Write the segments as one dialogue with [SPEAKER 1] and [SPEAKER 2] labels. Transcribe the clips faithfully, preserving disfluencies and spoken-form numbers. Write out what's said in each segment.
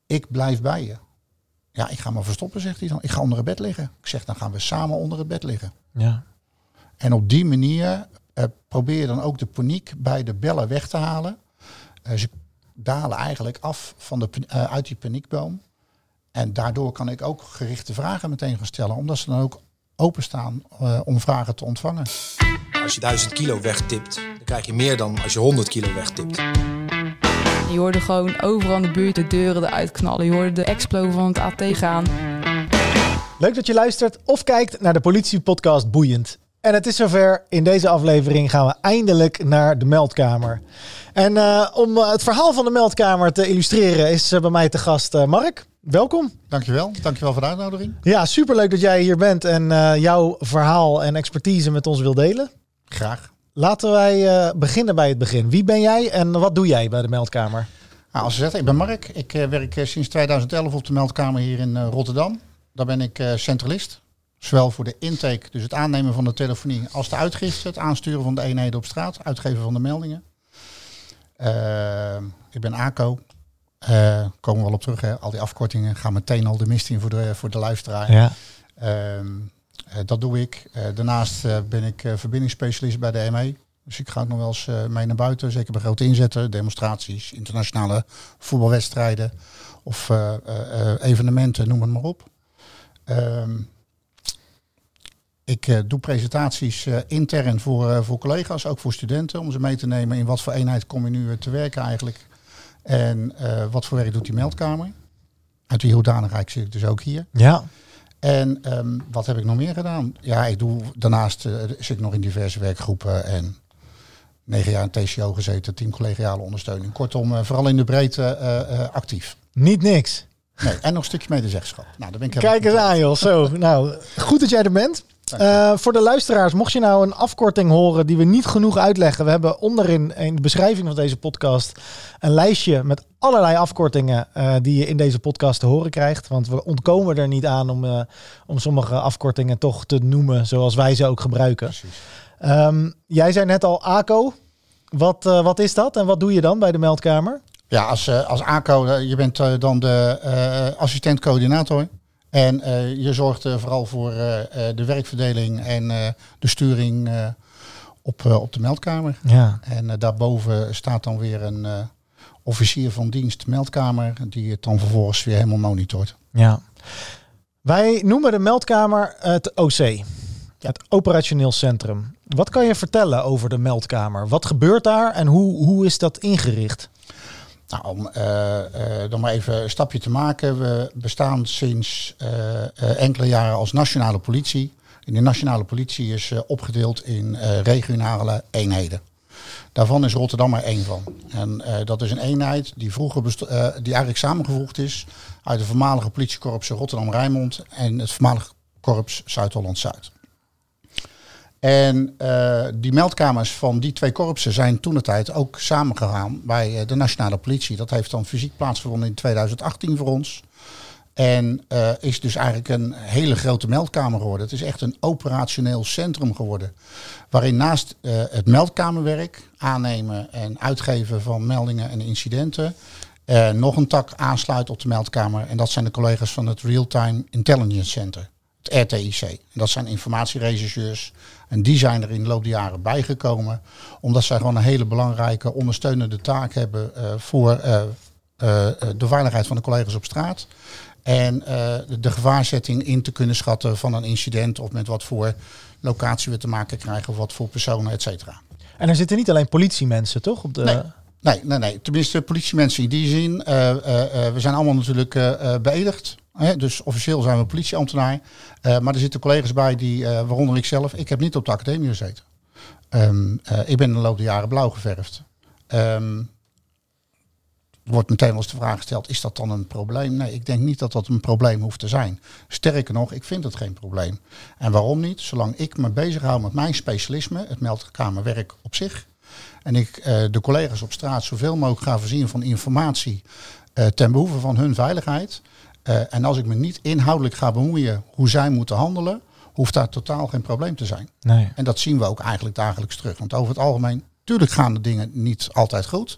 [SPEAKER 1] ik blijf bij je. Ja, ik ga me verstoppen, zegt hij dan. Ik ga onder het bed liggen. Ik zeg, dan gaan we samen onder het bed liggen.
[SPEAKER 2] Ja.
[SPEAKER 1] En op die manier uh, probeer je dan ook de paniek bij de bellen weg te halen. Uh, ze dalen eigenlijk af van de, uh, uit die paniekboom. En daardoor kan ik ook gerichte vragen meteen gaan stellen. Omdat ze dan ook openstaan uh, om vragen te ontvangen.
[SPEAKER 3] Als je duizend kilo wegtipt, dan krijg je meer dan als je honderd kilo wegtipt.
[SPEAKER 4] Je hoorde gewoon overal in de buurt de deuren eruit knallen. Je hoorde de explo van het A T gaan.
[SPEAKER 2] Leuk dat je luistert of kijkt naar de politiepodcast Boeiend. En het is zover. In deze aflevering gaan we eindelijk naar de meldkamer. En uh, om uh, het verhaal van de meldkamer te illustreren is uh, bij mij te gast uh, Mark. Welkom.
[SPEAKER 1] Dankjewel. Dankjewel voor de uitnodiging.
[SPEAKER 2] Ja, superleuk dat jij hier bent en uh, jouw verhaal en expertise met ons wil delen.
[SPEAKER 1] Graag.
[SPEAKER 2] Laten wij uh, beginnen bij het begin. Wie ben jij en wat doe jij bij de meldkamer?
[SPEAKER 1] Nou, als we zeggen, ik ben Mark. Ik uh, werk uh, sinds tweeduizend elf op de meldkamer hier in uh, Rotterdam. Daar ben ik uh, centralist. Zowel voor de intake, dus het aannemen van de telefonie, als de uitgifte, het aansturen van de eenheden op straat, uitgeven van de meldingen. Uh, ik ben A C O. Uh, komen we wel op terug, hè. Al die afkortingen gaan meteen al de mist in voor de, voor de luisteraar.
[SPEAKER 2] Ja.
[SPEAKER 1] Uh, uh, dat doe ik. Uh, daarnaast uh, ben ik uh, verbindingsspecialist bij de M E. Dus ik ga ook nog wel eens uh, mee naar buiten. Zeker bij grote inzetten, demonstraties, internationale voetbalwedstrijden of uh, uh, evenementen, noem het maar op. Uh, ik uh, doe presentaties uh, intern voor, uh, voor collega's, ook voor studenten, om ze mee te nemen in wat voor eenheid kom je nu uh, te werken eigenlijk. En uh, wat voor werk doet die meldkamer? Uit die hoedanigheid zit ik dus ook hier.
[SPEAKER 2] Ja.
[SPEAKER 1] En um, wat heb ik nog meer gedaan? Ja, ik doe daarnaast uh, zit ik nog in diverse werkgroepen en negen jaar in T C O gezeten, team collegiale ondersteuning. Kortom, uh, vooral in de breedte uh, uh, actief.
[SPEAKER 2] Niet niks.
[SPEAKER 1] Nee, en nog een stukje medezeggenschap. Nou, daar ben ik
[SPEAKER 2] Kijk eens aan, joh. Zo, nou, goed dat jij er bent. Uh, voor de luisteraars, mocht je nou een afkorting horen die we niet genoeg uitleggen. We hebben onderin in de beschrijving van deze podcast een lijstje met allerlei afkortingen uh, die je in deze podcast te horen krijgt. Want we ontkomen er niet aan om, uh, om sommige afkortingen toch te noemen zoals wij ze ook gebruiken. Precies. Um, jij zei net al A C O. Wat, uh, wat is dat en wat doe je dan bij de meldkamer?
[SPEAKER 1] Ja, als, uh, als A C O, uh, je bent uh, dan de uh, assistent-coördinator. En uh, je zorgt uh, vooral voor uh, uh, de werkverdeling en uh, de sturing uh, op, uh, op de meldkamer.
[SPEAKER 2] Ja.
[SPEAKER 1] En uh, daarboven staat dan weer een uh, officier van dienst meldkamer die het dan vervolgens weer helemaal monitort.
[SPEAKER 2] Ja. Wij noemen de meldkamer het O C, ja. Het operationeel centrum. Wat kan je vertellen over de meldkamer? Wat gebeurt daar en hoe, hoe is dat ingericht?
[SPEAKER 1] Nou, om uh, uh, dan maar even een stapje te maken. We bestaan sinds uh, uh, enkele jaren als nationale politie. En de nationale politie is uh, opgedeeld in uh, regionale eenheden. Daarvan is Rotterdam er één van. En uh, dat is een eenheid die vroeger besto- uh, die eigenlijk samengevoegd is uit de voormalige politiekorpsen Rotterdam-Rijnmond en het voormalige korps Zuid-Holland-Zuid. En uh, die meldkamers van die twee korpsen zijn toentertijd ook samengegaan bij uh, de nationale politie. Dat heeft dan fysiek plaatsgevonden in tweeduizend achttien voor ons. En uh, is dus eigenlijk een hele grote meldkamer geworden. Het is echt een operationeel centrum geworden. Waarin naast uh, het meldkamerwerk, aannemen en uitgeven van meldingen en incidenten, uh, nog een tak aansluit op de meldkamer. En dat zijn de collega's van het Real-Time Intelligence Center, het R T I C. En dat zijn informatierechercheurs. En die zijn er in de loop der jaren bijgekomen. Omdat zij gewoon een hele belangrijke ondersteunende taak hebben uh, voor uh, uh, de veiligheid van de collega's op straat. En uh, de, de gevaarzetting in te kunnen schatten van een incident of met wat voor locatie we te maken krijgen of wat voor personen, et cetera.
[SPEAKER 2] En er zitten niet alleen politiemensen, toch? Op de...
[SPEAKER 1] Nee. Nee, nee, nee. Tenminste, politiemensen in die zin. Uh, uh, uh, we zijn allemaal natuurlijk uh, uh, beëdigd. Hè? Dus officieel zijn we politieambtenaar. Uh, maar er zitten collega's bij, die, uh, waaronder ik zelf. Ik heb niet op de academie gezeten. Um, uh, ik ben in de loop der jaren blauw geverfd. Um, wordt meteen wel eens de vraag gesteld, is dat dan een probleem? Nee, ik denk niet dat dat een probleem hoeft te zijn. Sterker nog, ik vind het geen probleem. En waarom niet? Zolang ik me bezighoud met mijn specialisme, het meldkamerwerk op zich, en ik uh, de collega's op straat zoveel mogelijk ga voorzien van informatie uh, ten behoeve van hun veiligheid. Uh, en als ik me niet inhoudelijk ga bemoeien hoe zij moeten handelen, hoeft daar totaal geen probleem te zijn.
[SPEAKER 2] Nee.
[SPEAKER 1] En dat zien we ook eigenlijk dagelijks terug. Want over het algemeen, tuurlijk gaan de dingen niet altijd goed.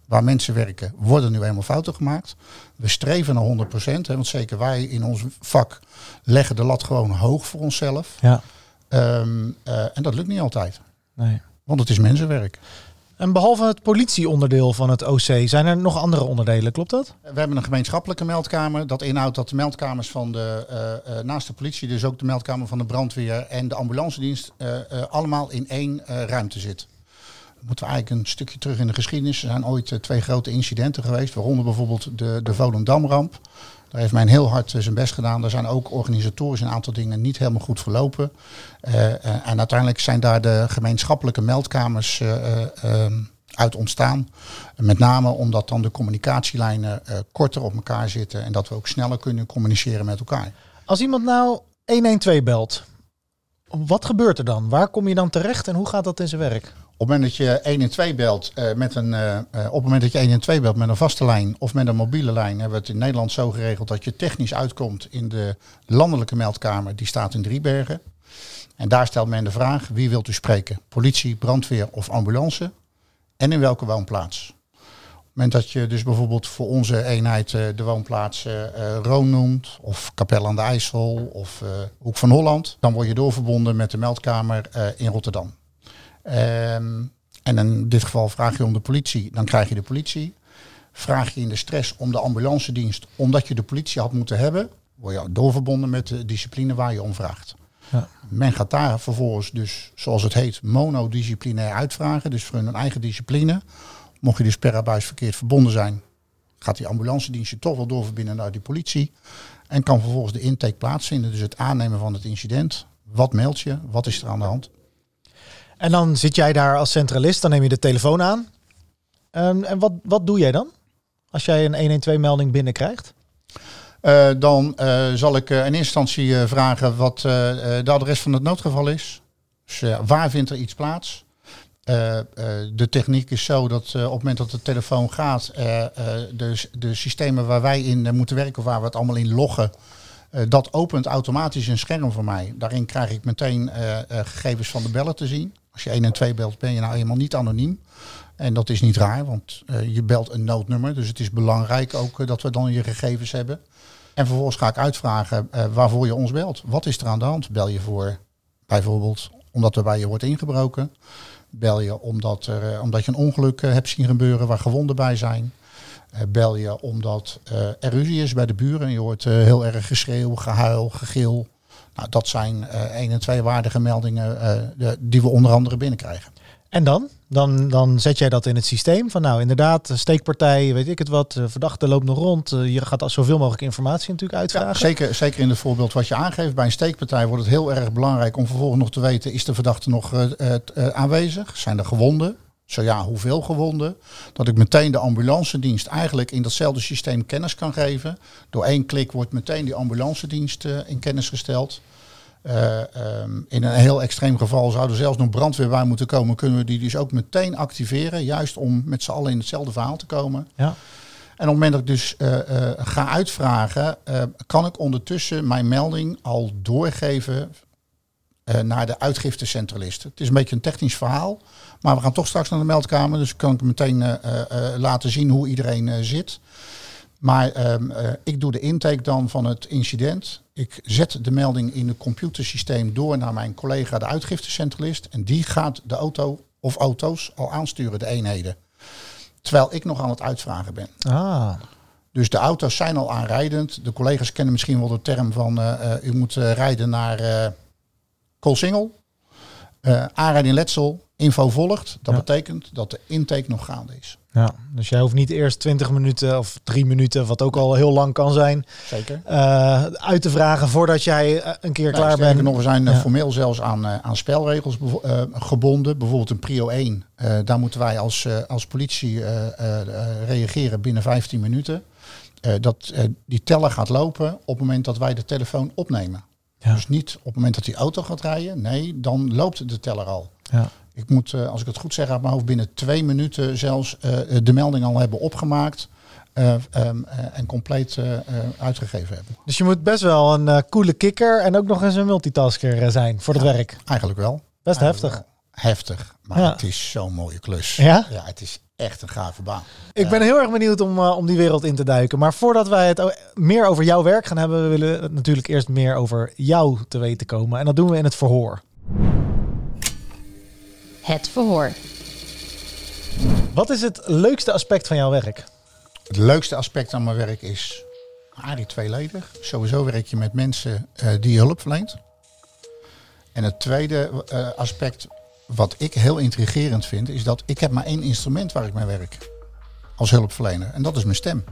[SPEAKER 1] waar mensen werken, worden nu eenmaal fouten gemaakt. We streven naar honderd procent. Hè, want zeker wij in ons vak leggen de lat gewoon hoog voor onszelf. Ja. Um, uh, en dat lukt niet altijd. Nee. Want het is mensenwerk.
[SPEAKER 2] En behalve het politieonderdeel van het O C, zijn er nog andere onderdelen, klopt dat?
[SPEAKER 1] We hebben een gemeenschappelijke meldkamer. Dat inhoudt dat de meldkamers van de, uh, uh, naast de politie, dus ook de meldkamer van de brandweer en de ambulancedienst, uh, uh, allemaal in één uh, ruimte zitten. Dan moeten we eigenlijk een stukje terug in de geschiedenis. Er zijn ooit uh, twee grote incidenten geweest, waaronder bijvoorbeeld de, de Volendamramp. Daar heeft men heel hard uh, zijn best gedaan. Daar zijn ook organisatorisch een aantal dingen niet helemaal goed verlopen. Uh, uh, en uiteindelijk zijn daar de gemeenschappelijke meldkamers uh, uh, uit ontstaan. Met name omdat dan de communicatielijnen uh, korter op elkaar zitten en dat we ook sneller kunnen communiceren met elkaar.
[SPEAKER 2] Als iemand nou honderdtwaalf belt, wat gebeurt er dan? Waar kom je dan terecht en hoe gaat dat in zijn werk?
[SPEAKER 1] Op het moment dat je honderdtwaalf belt uh, met een uh, op het moment dat je honderdtwaalf belt met een vaste lijn of met een mobiele lijn, hebben we het in Nederland zo geregeld dat je technisch uitkomt in de landelijke meldkamer. Die staat in Driebergen. En daar stelt men de vraag: wie wilt u spreken? Politie, brandweer of ambulance? En in welke woonplaats? Op het moment dat je dus bijvoorbeeld voor onze eenheid uh, de woonplaats uh, Roon noemt, of Capelle aan de IJssel of uh, Hoek van Holland, dan word je doorverbonden met de meldkamer uh, in Rotterdam. Um, en in dit geval vraag je om de politie, dan krijg je de politie. Vraag je in de stress om de ambulancedienst, omdat je de politie had moeten hebben, word je doorverbonden met de discipline waar je om vraagt. Ja. Men gaat daar vervolgens dus, zoals het heet, monodisciplinair uitvragen. Dus voor hun eigen discipline. Mocht je dus per abuis verkeerd verbonden zijn, gaat die ambulancedienst je toch wel doorverbinden naar die politie. En kan vervolgens de intake plaatsvinden. Dus het aannemen van het incident. Wat meld je? Wat is er aan de hand?
[SPEAKER 2] En dan zit jij daar als centralist, dan neem je de telefoon aan. Um, en wat, wat doe jij dan? Als jij een honderdtwaalf melding binnenkrijgt?
[SPEAKER 1] Uh, dan uh, zal ik uh, in eerste instantie uh, vragen wat uh, de adres van het noodgeval is. Dus uh, waar vindt er iets plaats? Uh, uh, de techniek is zo dat uh, op het moment dat de telefoon gaat, uh, uh, de, de systemen waar wij in uh, moeten werken, of waar we het allemaal in loggen, uh, dat opent automatisch een scherm voor mij. Daarin krijg ik meteen uh, uh, gegevens van de beller te zien. Als je honderdtwaalf belt, ben je nou helemaal niet anoniem. En dat is niet raar, want uh, je belt een noodnummer. Dus het is belangrijk ook uh, dat we dan je gegevens hebben. En vervolgens ga ik uitvragen uh, waarvoor je ons belt. Wat is er aan de hand? Bel je voor bijvoorbeeld omdat er bij je wordt ingebroken? Bel je omdat, er, uh, omdat je een ongeluk uh, hebt zien gebeuren waar gewonden bij zijn? Uh, bel je omdat uh, er ruzie is bij de buren? Je hoort uh, heel erg geschreeuw, gehuil, gegil. Nou, dat zijn uh, één en twee waardige meldingen uh, de, die we onder andere binnenkrijgen.
[SPEAKER 2] En dan? dan? Dan zet jij dat in het systeem van nou inderdaad, steekpartij, weet ik het wat, verdachte loopt nog rond. Je gaat zoveel mogelijk informatie natuurlijk uitvragen.
[SPEAKER 1] Ja, zeker, zeker in het voorbeeld wat je aangeeft. Bij een steekpartij wordt het heel erg belangrijk om vervolgens nog te weten, is de verdachte nog uh, uh, aanwezig? Zijn er gewonden? Zo ja, hoeveel gewonden? Dat ik meteen de ambulancedienst eigenlijk in datzelfde systeem kennis kan geven. Door één klik wordt meteen die ambulancedienst uh, in kennis gesteld. Uh, um, in een heel extreem geval zou er zelfs nog brandweer bij moeten komen. Kunnen we die dus ook meteen activeren. Juist om met z'n allen in hetzelfde verhaal te komen. Ja. En op het moment dat ik dus uh, uh, ga uitvragen, uh, kan ik ondertussen mijn melding al doorgeven uh, naar de uitgiftecentralist. Het is een beetje een technisch verhaal. Maar we gaan toch straks naar de meldkamer. Dus kan ik meteen uh, uh, laten zien hoe iedereen uh, zit. Maar um, uh, ik doe de intake dan van het incident. Ik zet de melding in het computersysteem door naar mijn collega de uitgiftecentralist. En die gaat de auto of auto's al aansturen, de eenheden. Terwijl ik nog aan het uitvragen ben. Ah. Dus de auto's zijn al aanrijdend. De collega's kennen misschien wel de term van uh, uh, u moet uh, rijden naar uh, Koolsingel. Uh, aanrijding letsel, info volgt. Dat ja. betekent dat de intake nog gaande is.
[SPEAKER 2] Ja, dus jij hoeft niet eerst twintig minuten of drie minuten, wat ook al heel lang kan zijn,
[SPEAKER 1] Zeker.
[SPEAKER 2] Uh, uit te vragen voordat jij uh, een keer nee, klaar bent.
[SPEAKER 1] Nog, we zijn ja. formeel zelfs aan, uh, aan spelregels bevo- uh, gebonden. Bijvoorbeeld een prio één. Uh, daar moeten wij als, uh, als politie uh, uh, uh, reageren binnen vijftien minuten. Uh, dat uh, die teller gaat lopen op het moment dat wij de telefoon opnemen. Ja. Dus niet op het moment dat die auto gaat rijden. Nee, dan loopt de teller al. Ja. Ik moet, uh, als ik het goed zeg uit mijn hoofd, binnen twee minuten zelfs uh, de melding al hebben opgemaakt. Uh, um, uh, en compleet uh, uh, uitgegeven hebben.
[SPEAKER 2] Dus je moet best wel een uh, coole kikker en ook nog eens een multitasker uh, zijn voor het
[SPEAKER 1] ja,
[SPEAKER 2] werk.
[SPEAKER 1] Eigenlijk wel.
[SPEAKER 2] Best
[SPEAKER 1] eigenlijk
[SPEAKER 2] heftig.
[SPEAKER 1] Wel. Heftig, maar ja. het is zo'n mooie klus.
[SPEAKER 2] Ja?
[SPEAKER 1] Ja, het is echt een gave baan.
[SPEAKER 2] Ik ben heel erg benieuwd om, uh, om die wereld in te duiken. Maar voordat wij het o- meer over jouw werk gaan hebben, we willen natuurlijk eerst meer over jou te weten komen. En dat doen we in het verhoor.
[SPEAKER 5] Het verhoor.
[SPEAKER 2] Wat is het leukste aspect van jouw werk?
[SPEAKER 1] Het leukste aspect aan mijn werk is eigenlijk tweeledig. Sowieso werk je met mensen uh, die je hulp verleent. En het tweede uh, aspect wat ik heel intrigerend vind, is dat ik heb maar één instrument waar ik mee werk als hulpverlener. En dat is mijn stem.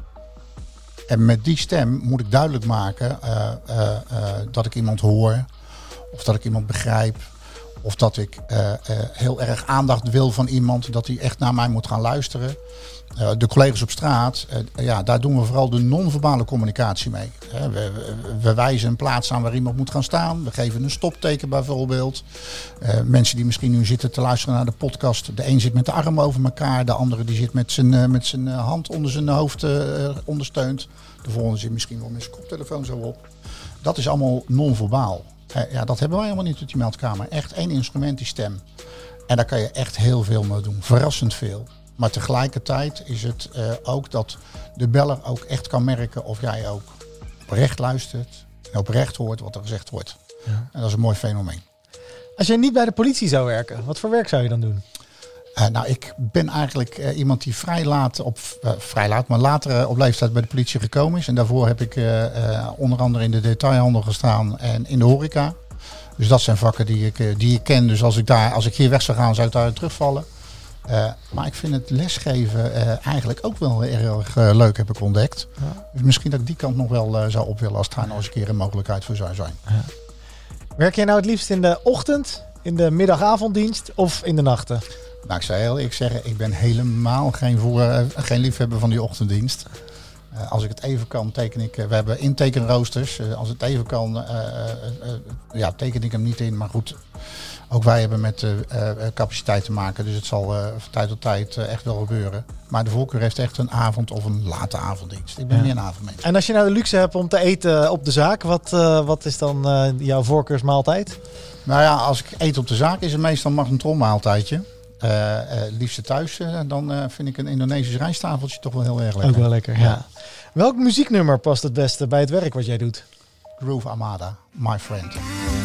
[SPEAKER 1] En met die stem moet ik duidelijk maken uh, uh, uh, dat ik iemand hoor, of dat ik iemand begrijp, of dat ik uh, uh, heel erg aandacht wil van iemand, dat hij echt naar mij moet gaan luisteren. Uh, de collega's op straat, uh, ja, daar doen we vooral de non-verbale communicatie mee. Uh, we, we, we wijzen een plaats aan waar iemand moet gaan staan. We geven een stopteken bijvoorbeeld. Uh, mensen die misschien nu zitten te luisteren naar de podcast. De een zit met de arm over elkaar. De andere die zit met zijn, uh, met zijn hand onder zijn hoofd uh, ondersteund. De volgende zit misschien wel met zijn koptelefoon zo op. Dat is allemaal non-verbaal. Uh, ja, dat hebben wij helemaal niet op die meldkamer. Echt één instrument, die stem. En daar kan je echt heel veel mee doen. Verrassend veel. Maar tegelijkertijd is het uh, ook dat de beller ook echt kan merken of jij ook oprecht luistert en oprecht hoort wat er gezegd wordt. Ja. En dat is een mooi fenomeen.
[SPEAKER 2] Als jij niet bij de politie zou werken, wat voor werk zou je dan doen?
[SPEAKER 1] Uh, nou, ik ben eigenlijk uh, iemand die vrij laat, op, uh, vrij laat, maar later uh, op leeftijd bij de politie gekomen is. En daarvoor heb ik uh, uh, onder andere in de detailhandel gestaan en in de horeca. Dus dat zijn vakken die ik, uh, die ik ken. Dus als ik, daar, als ik hier weg zou gaan, zou ik daar terugvallen. Uh, maar ik vind het lesgeven uh, eigenlijk ook wel erg uh, leuk, heb ik ontdekt. Ja. Dus misschien dat ik die kant nog wel uh, zou op willen als het daar nog eens een keer een mogelijkheid voor zou zijn. Ja.
[SPEAKER 2] Werk jij nou het liefst in de ochtend, in de middagavonddienst of in de nachten?
[SPEAKER 1] Nou, ik zou heel eerlijk zeggen, ik ben helemaal geen, voor, uh, geen liefhebber van die ochtenddienst. Uh, als ik het even kan, teken ik... Uh, we hebben intekenroosters. Uh, als het even kan, uh, uh, uh, ja, teken ik hem niet in. Maar goed, ook wij hebben met uh, uh, capaciteit te maken. Dus het zal uh, van tijd tot tijd uh, echt wel gebeuren. Maar de voorkeur heeft echt een avond of een late avonddienst. Ik ben ja. meer een avondmens.
[SPEAKER 2] En als je nou de luxe hebt om te eten op de zaak, wat, uh, wat is dan uh, jouw voorkeursmaaltijd?
[SPEAKER 1] Nou ja, als ik eet op de zaak is het meestal een magnetronmaaltijdje. Uh, uh, liefst thuis, uh, dan uh, vind ik een Indonesisch rijsttafeltje toch wel heel erg lekker.
[SPEAKER 2] Ook wel lekker, ja. ja. Welk muzieknummer past het beste bij het werk wat jij doet?
[SPEAKER 1] Groove Armada, My Friend. Ja.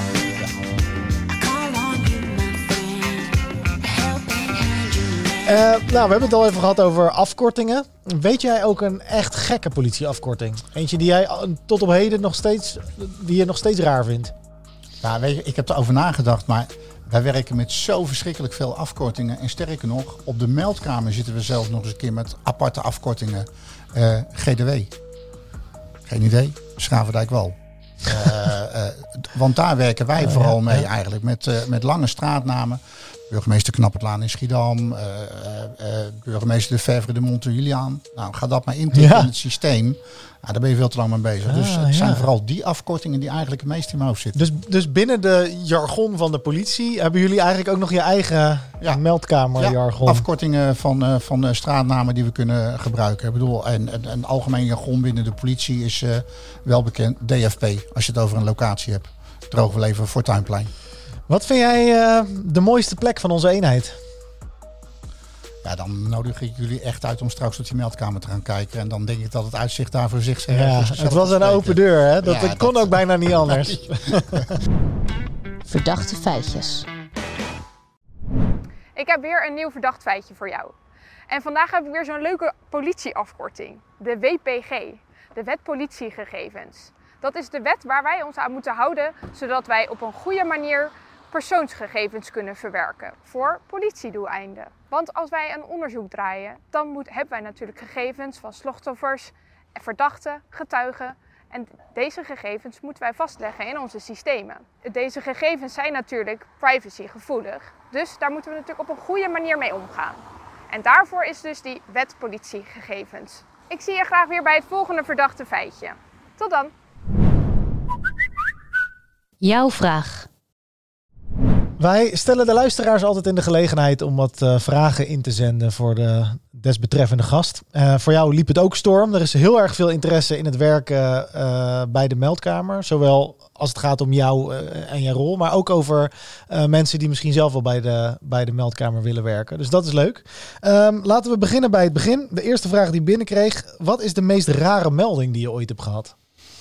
[SPEAKER 2] Uh, nou, we hebben het al even gehad over afkortingen. Weet jij ook een echt gekke politieafkorting? Eentje die jij tot op heden nog steeds, die je nog steeds raar vindt?
[SPEAKER 1] Ja, weet je, ik heb erover nagedacht, maar wij werken met zo verschrikkelijk veel afkortingen. En sterker nog, op de meldkamer zitten we zelfs nog eens een keer met aparte afkortingen. Uh, G D W. Geen idee. Schavendijk-Wal. Uh, uh, want daar werken wij oh, vooral ja, mee ja. eigenlijk. Met, uh, met lange straatnamen. Burgemeester Knappertlaan in Schiedam. Uh, uh, uh, burgemeester De Vervre de Montejuliaan. Nou, ga dat maar intikken ja. in het systeem. Nou, daar ben je veel te lang mee bezig. Ah, dus het ja. zijn vooral die afkortingen die eigenlijk het meest in mijn hoofd zitten.
[SPEAKER 2] Dus, dus binnen de jargon van de politie hebben jullie eigenlijk ook nog je eigen ja. meldkamerjargon?
[SPEAKER 1] Ja, afkortingen van, uh, van uh, straatnamen die we kunnen gebruiken. Ik bedoel, en, en, een algemeen jargon binnen de politie is uh, wel bekend. D F P, als je het over een locatie hebt. Droogleven Fortuinplein.
[SPEAKER 2] Wat vind jij uh, de mooiste plek van onze eenheid?
[SPEAKER 1] Ja, dan nodig ik jullie echt uit om straks op die meldkamer te gaan kijken. En dan denk ik dat het uitzicht daar voor zich...
[SPEAKER 2] Ja, het was een open deur, hè? Dat ja, kon dat... ook bijna niet anders.
[SPEAKER 5] Verdachte feitjes.
[SPEAKER 6] Ik heb weer een nieuw verdacht feitje voor jou. En vandaag heb ik weer zo'n leuke politieafkorting. De W P G, de Wet Politiegegevens. Dat is de wet waar wij ons aan moeten houden, zodat wij op een goede manier persoonsgegevens kunnen verwerken voor politiedoeleinden. Want als wij een onderzoek draaien, dan moet, hebben wij natuurlijk gegevens van slachtoffers, verdachten, getuigen. En deze gegevens moeten wij vastleggen in onze systemen. Deze gegevens zijn natuurlijk privacygevoelig, dus daar moeten we natuurlijk op een goede manier mee omgaan. En daarvoor is dus die wet politiegegevens. Ik zie je graag weer bij het volgende verdachte feitje. Tot dan!
[SPEAKER 5] Jouw vraag.
[SPEAKER 2] Wij stellen de luisteraars altijd in de gelegenheid om wat uh, vragen in te zenden voor de desbetreffende gast. Uh, voor jou liep het ook storm. Er is heel erg veel interesse in het werken uh, bij de meldkamer. Zowel als het gaat om jou uh, en je rol, maar ook over uh, mensen die misschien zelf wel bij de, bij de meldkamer willen werken. Dus dat is leuk. Um, laten we beginnen bij het begin. De eerste vraag die ik binnenkreeg. Wat is de meest rare melding die je ooit hebt gehad?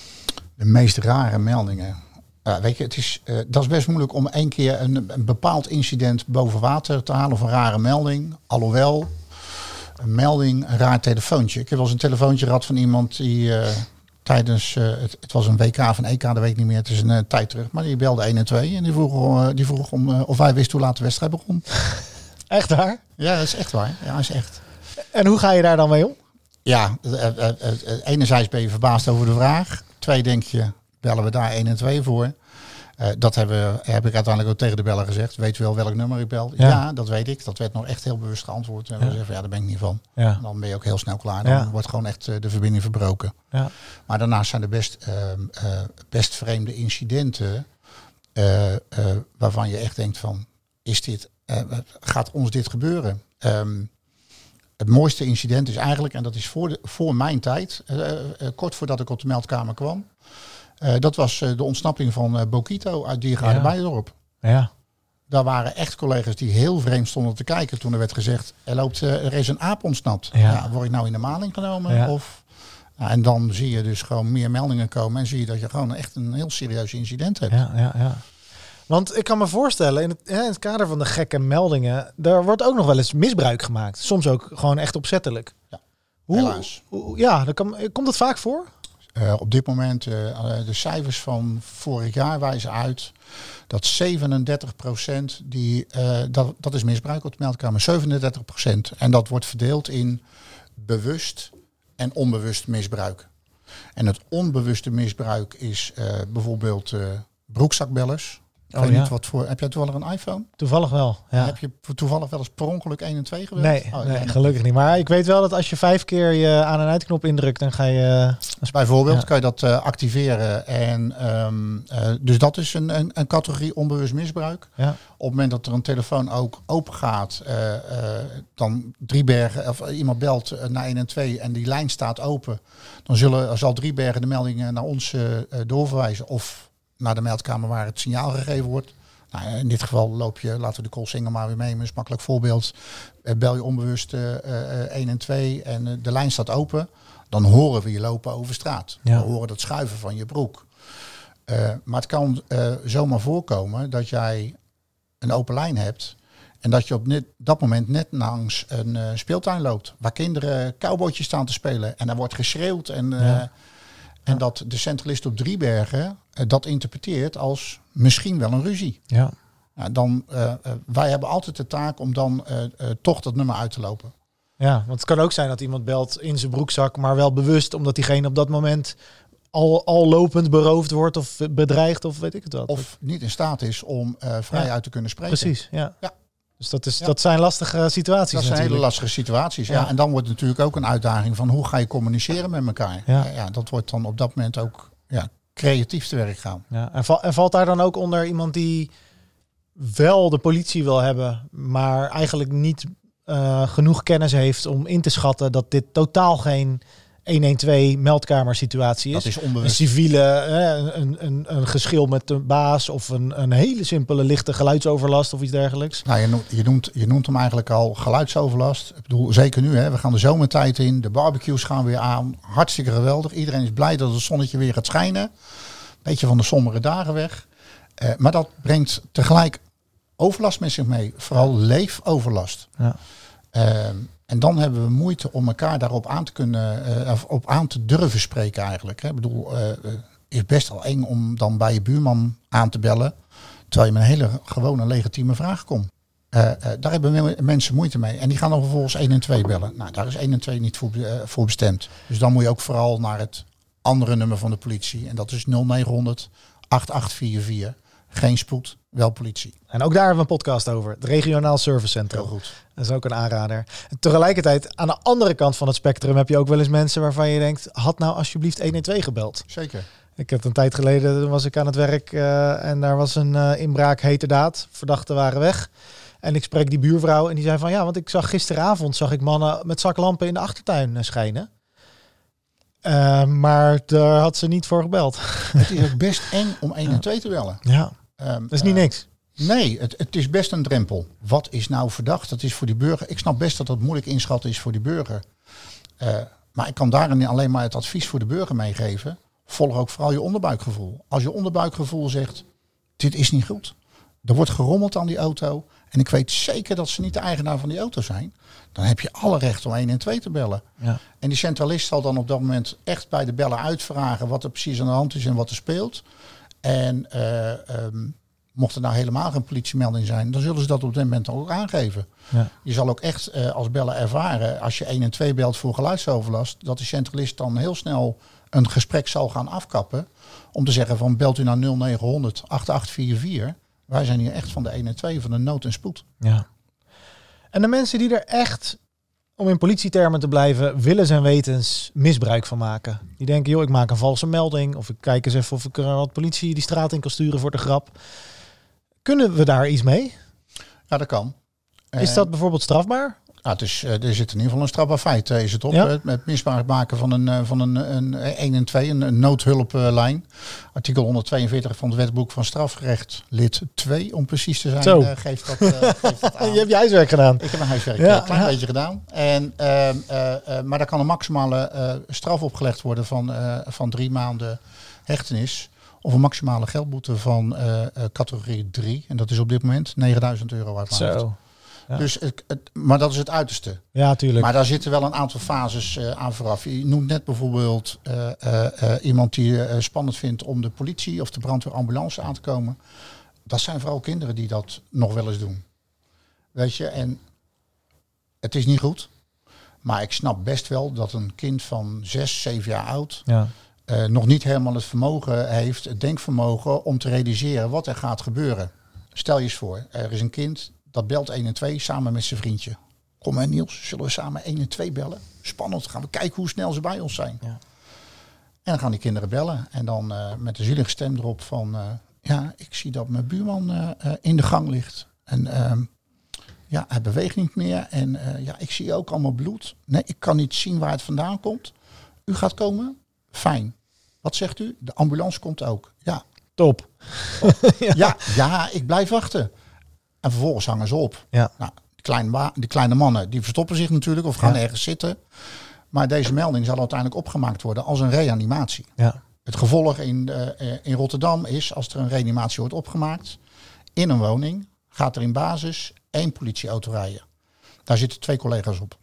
[SPEAKER 1] De meest rare meldingen? Ja, weet je, het is, uh, dat is best moeilijk om één keer een, een bepaald incident boven water te halen of een rare melding. Alhoewel, een melding, een raar telefoontje. Ik heb wel eens een telefoontje gehad van iemand die uh, tijdens, uh, het, het was een W K of een E K, dat weet ik niet meer, het is een uh, tijd terug. Maar die belde één en twee en die vroeg, uh, die vroeg om, uh, of wij wisten hoe laat de wedstrijd begon.
[SPEAKER 2] Echt waar?
[SPEAKER 1] Ja, dat is echt waar. Ja, dat is echt.
[SPEAKER 2] En hoe ga je daar dan mee om?
[SPEAKER 1] Ja, uh, uh, uh, uh, enerzijds ben je verbaasd over de vraag. Twee, denk je, bellen we daar één en twee voor. Uh, dat hebben, heb ik uiteindelijk ook tegen de beller gezegd. Weet u wel welk nummer ik bel? Ja. ja, dat weet ik. Dat werd nog echt heel bewust geantwoord. En we ja. zeggen, ja, daar ben ik niet van. Ja. Dan ben je ook heel snel klaar. Dan ja. wordt gewoon echt uh, de verbinding verbroken. Ja. Maar daarnaast zijn er best, uh, uh, best vreemde incidenten uh, uh, waarvan je echt denkt van, is dit, uh, gaat ons dit gebeuren? Um, het mooiste incident is eigenlijk, en dat is voor, de, voor mijn tijd, uh, uh, kort voordat ik op de meldkamer kwam. Uh, dat was uh, de ontsnapping van uh, Bokito uit Diergaarde Bijdorp.
[SPEAKER 2] Ja.
[SPEAKER 1] Daar waren echt collega's die heel vreemd stonden te kijken toen er werd gezegd, er, loopt, uh, er is een aap ontsnapt. Ja. Ja, word ik nou in de maling genomen? Ja. Of, uh, en dan zie je dus gewoon meer meldingen komen en zie je dat je gewoon echt een heel serieus incident hebt.
[SPEAKER 2] Ja, ja, ja. Want ik kan me voorstellen, in het, in het kader van de gekke meldingen, daar wordt ook nog wel eens misbruik gemaakt. Soms ook gewoon echt opzettelijk.
[SPEAKER 1] Ja,
[SPEAKER 2] hoe,
[SPEAKER 1] helaas.
[SPEAKER 2] Hoe, ja, dat kan, komt dat vaak voor?
[SPEAKER 1] Uh, op dit moment, uh, de cijfers van vorig jaar wijzen uit dat zevenendertig procent, die, uh, dat, dat is misbruik op de meldkamer, zevenendertig procent. En dat wordt verdeeld in bewust en onbewust misbruik. En het onbewuste misbruik is uh, bijvoorbeeld uh, broekzakbellers. Ik
[SPEAKER 2] oh,
[SPEAKER 1] weet
[SPEAKER 2] ja.
[SPEAKER 1] niet wat voor. Heb jij toevallig een iPhone?
[SPEAKER 2] Toevallig wel. Ja.
[SPEAKER 1] Heb je toevallig wel eens per ongeluk één en twee gebeld?
[SPEAKER 2] Nee, oh, nee, nee, gelukkig niet. Maar ik weet wel dat als je vijf keer je aan- en uitknop indrukt, dan ga je.
[SPEAKER 1] Uh, Bijvoorbeeld ja. kan je dat uh, activeren. En um, uh, dus dat is een, een, een categorie onbewust misbruik. Ja. Op het moment dat er een telefoon ook open gaat, uh, uh, dan Driebergen of iemand belt uh, naar één en twee en die lijn staat open, dan zullen zal Driebergen de meldingen naar ons uh, doorverwijzen of naar de meldkamer waar het signaal gegeven wordt. Nou, in dit geval loop je, laten we de callsinger maar weer nemen, is een makkelijk voorbeeld. Uh, bel je onbewust uh, uh, één en twee en uh, de lijn staat open, dan horen we je lopen over straat. Ja. We horen het schuiven van je broek. Uh, maar het kan uh, zomaar voorkomen dat jij een open lijn hebt en dat je op net, dat moment net langs een uh, speeltuin loopt, waar kinderen cowboytjes staan te spelen en er wordt geschreeuwd en... Uh, ja. En dat de centralist op Driebergen uh, dat interpreteert als misschien wel een ruzie. Ja. Nou, dan, uh, uh, wij hebben altijd de taak om dan uh, uh, toch dat nummer uit te lopen.
[SPEAKER 2] Ja, want het kan ook zijn dat iemand belt in zijn broekzak, maar wel bewust, omdat diegene op dat moment al, al lopend beroofd wordt of bedreigd of weet ik het wat.
[SPEAKER 1] Of niet in staat is om uh, vrij ja. uit te kunnen spreken.
[SPEAKER 2] Precies, ja.
[SPEAKER 1] ja.
[SPEAKER 2] Dus dat, is, ja. dat zijn lastige situaties. Dat
[SPEAKER 1] zijn hele lastige situaties, ja. ja. En dan wordt het natuurlijk ook een uitdaging van hoe ga je communiceren met elkaar. Ja. Ja, ja, dat wordt dan op dat moment ook ja, creatief te werk gaan.
[SPEAKER 2] Ja. En, val, en valt daar dan ook onder iemand die wel de politie wil hebben, maar eigenlijk niet uh, genoeg kennis heeft om in te schatten dat dit totaal geen een een twee meldkamer situatie is.
[SPEAKER 1] Dat is onbewust.
[SPEAKER 2] Een civiele, een, een, een, een geschil met de baas of een, een hele simpele lichte geluidsoverlast of iets dergelijks.
[SPEAKER 1] Nou, je noemt, je noemt, je noemt hem eigenlijk al geluidsoverlast. Ik bedoel, zeker nu, hè. We gaan de zomertijd in, de barbecues gaan weer aan. Hartstikke geweldig. Iedereen is blij dat het zonnetje weer gaat schijnen. Beetje van de sombere dagen weg. Uh, maar dat brengt tegelijk overlast met zich mee. Vooral leefoverlast. Ja. Uh, En dan hebben we moeite om elkaar daarop aan te kunnen, uh, op aan te durven spreken eigenlijk. Hè. Ik bedoel, uh, is best al eng om dan bij je buurman aan te bellen, terwijl je met een hele gewone legitieme vraag komt. Uh, uh, daar hebben mensen moeite mee. En die gaan dan vervolgens één en twee bellen. Nou, daar is één en twee niet voor, uh, voor bestemd. Dus dan moet je ook vooral naar het andere nummer van de politie. En dat is nul negenhonderd acht acht vier vier. Geen spoed, wel politie.
[SPEAKER 2] En ook daar hebben we een podcast over. Het regionaal servicecentrum.
[SPEAKER 1] Heel goed.
[SPEAKER 2] Dat is ook een aanrader. En tegelijkertijd, aan de andere kant van het spectrum heb je ook wel eens mensen waarvan je denkt, had nou alsjeblieft één en twee gebeld.
[SPEAKER 1] Zeker.
[SPEAKER 2] Ik heb een tijd geleden, toen was ik aan het werk uh, en daar was een uh, inbraak heterdaad. Verdachten waren weg. En ik spreek die buurvrouw en die zei van ja, want ik zag gisteravond zag ik mannen met zaklampen in de achtertuin uh, schijnen. Uh, maar daar had ze niet voor gebeld.
[SPEAKER 1] Het is ook best eng om één en twee te bellen.
[SPEAKER 2] Ja,
[SPEAKER 1] um,
[SPEAKER 2] dat is niet uh, niks.
[SPEAKER 1] Nee, het, het is best een drempel. Wat is nou verdacht? Dat is voor die burger. Ik snap best dat dat moeilijk inschatten is voor die burger. Uh, maar ik kan daarin alleen maar het advies voor de burger meegeven. Volg ook vooral je onderbuikgevoel. Als je onderbuikgevoel zegt, dit is niet goed. Er wordt gerommeld aan die auto. En ik weet zeker dat ze niet de eigenaar van die auto zijn. Dan heb je alle recht om één en twee te bellen. Ja. En die centralist zal dan op dat moment echt bij de beller uitvragen wat er precies aan de hand is en wat er speelt. En uh, um, mocht er nou helemaal geen politiemelding zijn, dan zullen ze dat op dat moment ook aangeven. Ja. Je zal ook echt uh, als beller ervaren, als je één en twee belt voor geluidsoverlast, dat de centralist dan heel snel een gesprek zal gaan afkappen. Om te zeggen van belt u naar nul negen honderd acht acht vier vier. Wij zijn hier echt van de één en twee, van de nood en spoed.
[SPEAKER 2] Ja. En de mensen die er echt, om in politietermen te blijven, willens en wetens misbruik van maken. Die denken, joh, ik maak een valse melding. Of ik kijk eens even of ik er wat politie die straat in kan sturen voor de grap. Kunnen we daar iets mee?
[SPEAKER 1] Ja, dat kan.
[SPEAKER 2] Is dat bijvoorbeeld strafbaar?
[SPEAKER 1] Ja, het is, er zit in ieder geval een strafbaar feit is het op.
[SPEAKER 2] Ja?
[SPEAKER 1] Het met misbruik maken van een, van een, een één en twee, een, een noodhulplijn. Artikel honderdtweeënveertig van het wetboek van strafrecht, lid twee, om precies te zijn,
[SPEAKER 2] Zo.
[SPEAKER 1] Uh, geeft, dat, uh, geeft dat aan.
[SPEAKER 2] Je hebt je huiswerk gedaan.
[SPEAKER 1] Ik heb mijn huiswerk
[SPEAKER 2] ja,
[SPEAKER 1] een klein
[SPEAKER 2] ja.
[SPEAKER 1] beetje gedaan. En, uh, uh, uh, maar daar kan een maximale uh, straf opgelegd worden van, uh, van drie maanden hechtenis. Of een maximale geldboete van uh, uh, categorie drie. En dat is op dit moment negenduizend euro uit mijn hoofd.
[SPEAKER 2] Zo. Ja.
[SPEAKER 1] Dus het, het, maar dat is het uiterste.
[SPEAKER 2] Ja, tuurlijk.
[SPEAKER 1] Maar daar zitten wel een aantal fases uh, aan vooraf. Je noemt net bijvoorbeeld uh, uh, uh, iemand die uh, spannend vindt om de politie of de brandweerambulance aan te komen. Dat zijn vooral kinderen die dat nog wel eens doen. Weet je, en het is niet goed. Maar ik snap best wel dat een kind van zes, zeven jaar oud
[SPEAKER 2] ja.
[SPEAKER 1] uh, nog niet helemaal het vermogen heeft, het denkvermogen om te realiseren wat er gaat gebeuren. Stel je eens voor, er is een kind dat belt één en twee samen met zijn vriendje. Kom maar Niels, zullen we samen één en twee bellen? Spannend, gaan we kijken hoe snel ze bij ons zijn. Ja. En dan gaan die kinderen bellen. En dan uh, met een zielige stem erop van... Uh, ja, ik zie dat mijn buurman uh, uh, in de gang ligt. En uh, ja, hij beweegt niet meer. En uh, ja, ik zie ook allemaal bloed. Nee, ik kan niet zien waar het vandaan komt. U gaat komen? Fijn. Wat zegt u? De ambulance komt ook. Ja.
[SPEAKER 2] Top.
[SPEAKER 1] ja. ja, ja, ik blijf wachten. En vervolgens hangen ze op. Ja. Nou, die, kleine wa- die kleine mannen die verstoppen zich natuurlijk of gaan ja. ergens zitten. Maar deze melding zal uiteindelijk opgemaakt worden als een reanimatie. Ja. Het gevolg in, uh, in Rotterdam is, als er een reanimatie wordt opgemaakt in een woning, gaat er in basis één politieauto rijden. Daar zitten twee collega's op.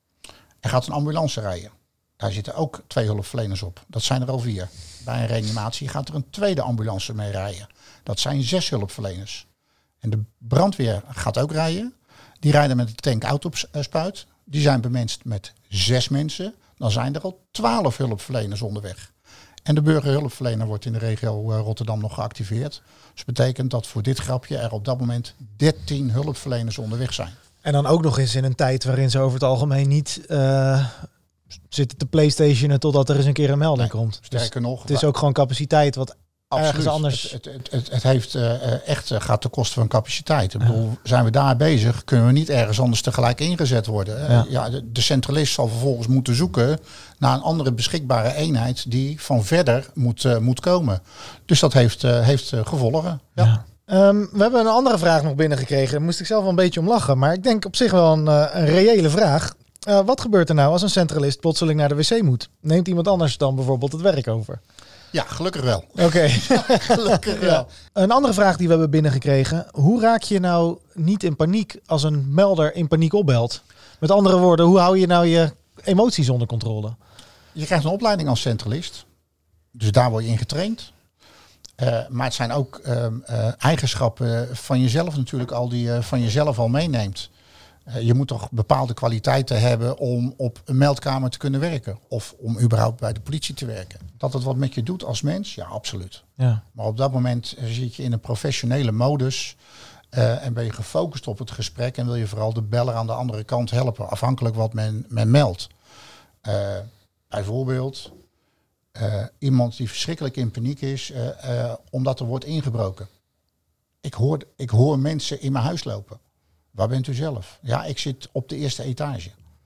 [SPEAKER 1] Er gaat een ambulance rijden. Daar zitten ook twee hulpverleners op. Dat zijn er al vier. Bij een reanimatie gaat er een tweede ambulance mee rijden. Dat zijn zes hulpverleners. En de brandweer gaat ook rijden. Die rijden met de tank autospuit. Die zijn bemenst met zes mensen. Dan zijn er al twaalf hulpverleners onderweg. En de burgerhulpverlener wordt in de regio Rotterdam nog geactiveerd. Dus dat betekent dat voor dit grapje er op dat moment dertien hulpverleners onderweg zijn.
[SPEAKER 2] En dan ook nog eens in een tijd waarin ze over het algemeen niet uh, zitten te PlayStationen totdat er eens een keer een melding nee, komt.
[SPEAKER 1] Sterker
[SPEAKER 2] dus
[SPEAKER 1] nog.
[SPEAKER 2] Het is ook gewoon capaciteit wat
[SPEAKER 1] Absoluut.
[SPEAKER 2] ergens anders...
[SPEAKER 1] Het, het, het, het heeft uh, echt uh, gaat ten koste van capaciteit. Ik bedoel, ja. Zijn we daar bezig, kunnen we niet ergens anders tegelijk ingezet worden. Ja. Uh, ja, de, de centralist zal vervolgens moeten zoeken naar een andere beschikbare eenheid die van verder moet, uh, moet komen. Dus dat heeft, uh, heeft uh, gevolgen. Ja.
[SPEAKER 2] Ja. Um, we hebben een andere vraag nog binnengekregen. Daar moest ik zelf wel een beetje om lachen. Maar ik denk op zich wel een, uh, een reële vraag. Uh, wat gebeurt er nou als een centralist plotseling naar de wc moet? Neemt iemand anders dan bijvoorbeeld het werk over?
[SPEAKER 1] Ja, gelukkig wel.
[SPEAKER 2] Oké. Okay.
[SPEAKER 1] gelukkig wel.
[SPEAKER 2] Ja. Een andere vraag die we hebben binnengekregen. Hoe raak je nou niet in paniek als een melder in paniek opbelt? Met andere woorden, hoe hou je nou je emoties onder controle?
[SPEAKER 1] Je krijgt een opleiding als centralist. Dus daar word je in getraind. Uh, maar het zijn ook uh, uh, eigenschappen van jezelf natuurlijk al die je van jezelf al meeneemt. Uh, je moet toch bepaalde kwaliteiten hebben om op een meldkamer te kunnen werken. Of om überhaupt bij de politie te werken. Dat het wat met je doet als mens, ja, absoluut. Ja. Maar op dat moment zit je in een professionele modus. Uh, en ben je gefocust op het gesprek. En wil je vooral de beller aan de andere kant helpen. Afhankelijk wat men, men meldt. Uh, bijvoorbeeld, Uh, iemand die verschrikkelijk in paniek is uh, uh, omdat er wordt ingebroken. Ik hoor, ik hoor mensen in mijn huis lopen. Waar bent u zelf? Ja, ik zit op de eerste etage.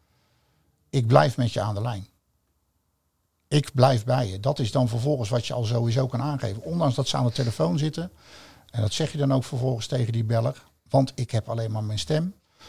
[SPEAKER 1] Ik blijf met je aan de lijn. Ik blijf bij je. Dat is dan vervolgens wat je al sowieso kan aangeven. Ondanks dat ze aan de telefoon zitten. En dat zeg je dan ook vervolgens tegen die beller. Want ik heb alleen maar mijn stem.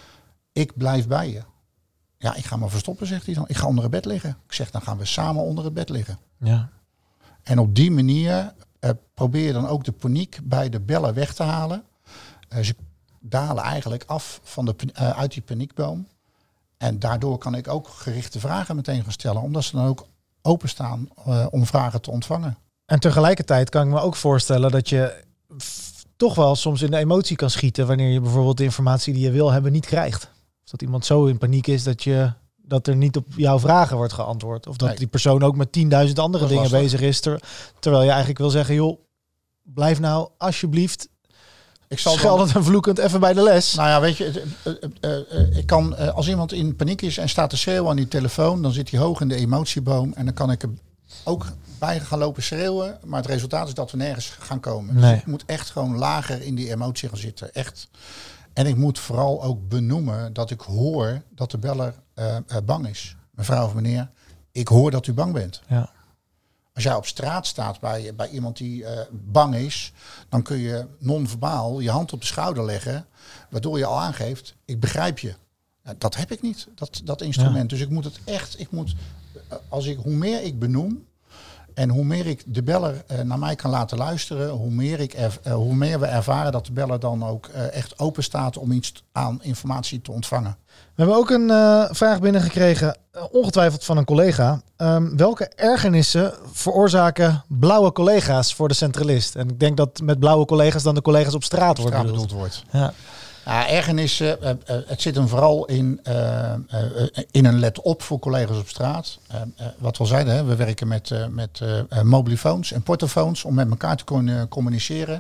[SPEAKER 1] Ik blijf bij je. Ja, ik ga me verstoppen, zegt hij dan. Ik ga onder het bed liggen. Ik zeg, dan gaan we samen onder het bed liggen.
[SPEAKER 2] Ja.
[SPEAKER 1] En op die manier uh, probeer je dan ook de paniek bij de beller weg te halen. Uh, ze dalen eigenlijk af van de, uh, uit die paniekboom. En daardoor kan ik ook gerichte vragen meteen gaan stellen. Omdat ze dan ook openstaan uh, om vragen te ontvangen.
[SPEAKER 2] En tegelijkertijd kan ik me ook voorstellen dat je f- toch wel soms in de emotie kan schieten. Wanneer je bijvoorbeeld de informatie die je wil hebben niet krijgt. Of dat iemand zo in paniek is dat je... dat er niet op jouw vragen wordt geantwoord. Of dat
[SPEAKER 1] nee.
[SPEAKER 2] die persoon ook met tienduizend andere dingen
[SPEAKER 1] lastig.
[SPEAKER 2] bezig is. Ter, terwijl je eigenlijk wil zeggen, joh, blijf nou alsjeblieft
[SPEAKER 1] Ik zal
[SPEAKER 2] scheldend en vloekend even bij de les.
[SPEAKER 1] Nou ja, weet je, uh, uh, uh, ik kan, uh, als iemand in paniek is en staat te schreeuwen aan die telefoon, dan zit hij hoog in de emotieboom en dan kan ik er ook bij gaan lopen schreeuwen. Maar het resultaat is dat we nergens gaan komen.
[SPEAKER 2] Nee.
[SPEAKER 1] Dus ik moet echt gewoon lager in die emotie gaan zitten. Echt. En ik moet vooral ook benoemen dat ik hoor dat de beller uh, uh, bang is. Mevrouw of meneer, ik hoor dat u bang bent.
[SPEAKER 2] Ja.
[SPEAKER 1] Als jij op straat staat bij, bij iemand die uh, bang is, dan kun je non-verbaal je hand op de schouder leggen, waardoor je al aangeeft, ik begrijp je. Uh, dat heb ik niet, dat, dat instrument. Ja. Dus ik moet het echt, ik moet, uh, als ik, hoe meer ik benoem en hoe meer ik de beller uh, naar mij kan laten luisteren, hoe meer, ik er, uh, hoe meer we ervaren dat de beller dan ook uh, echt open staat om iets aan informatie te ontvangen.
[SPEAKER 2] We hebben ook een uh, vraag binnengekregen, uh, ongetwijfeld van een collega. Um, welke ergernissen veroorzaken blauwe collega's voor de centralist? En ik denk dat met blauwe collega's dan de collega's op straat,
[SPEAKER 1] Op straat
[SPEAKER 2] wordt
[SPEAKER 1] bedoeld wordt.
[SPEAKER 2] Ja.
[SPEAKER 1] Ja, ergernissen, uh, uh, het zit hem vooral in, uh, uh, in een let op voor collega's op straat. Uh, uh, wat we al zeiden, hè, we werken met, uh, met uh, uh, mobielefoons en portofoons om met elkaar te kon, uh, communiceren.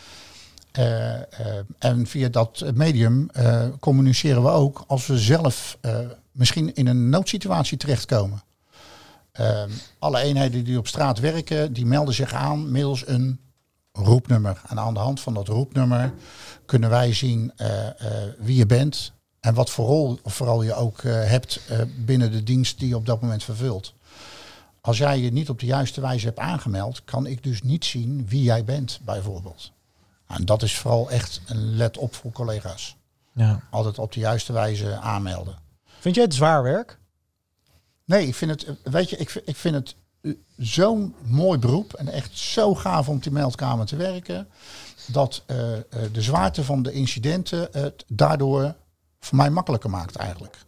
[SPEAKER 1] Uh, uh, en via dat medium uh, communiceren we ook als we zelf uh, misschien in een noodsituatie terechtkomen. Uh, alle eenheden die op straat werken, die melden zich aan middels een roepnummer. En aan de hand van dat roepnummer kunnen wij zien uh, uh, wie je bent en wat voor rol vooral je ook uh, hebt uh, binnen de dienst die je op dat moment vervult. Als jij je niet op de juiste wijze hebt aangemeld, kan ik dus niet zien wie jij bent, bijvoorbeeld. En dat is vooral echt een let op voor collega's.
[SPEAKER 2] Ja.
[SPEAKER 1] Altijd op de juiste wijze aanmelden.
[SPEAKER 2] Vind jij het zwaar werk?
[SPEAKER 1] Nee, ik vind het, weet je, ik, ik vind het zo'n mooi beroep en echt zo gaaf om die meldkamer te werken, dat uh, de zwaarte van de incidenten het daardoor voor mij makkelijker maakt eigenlijk.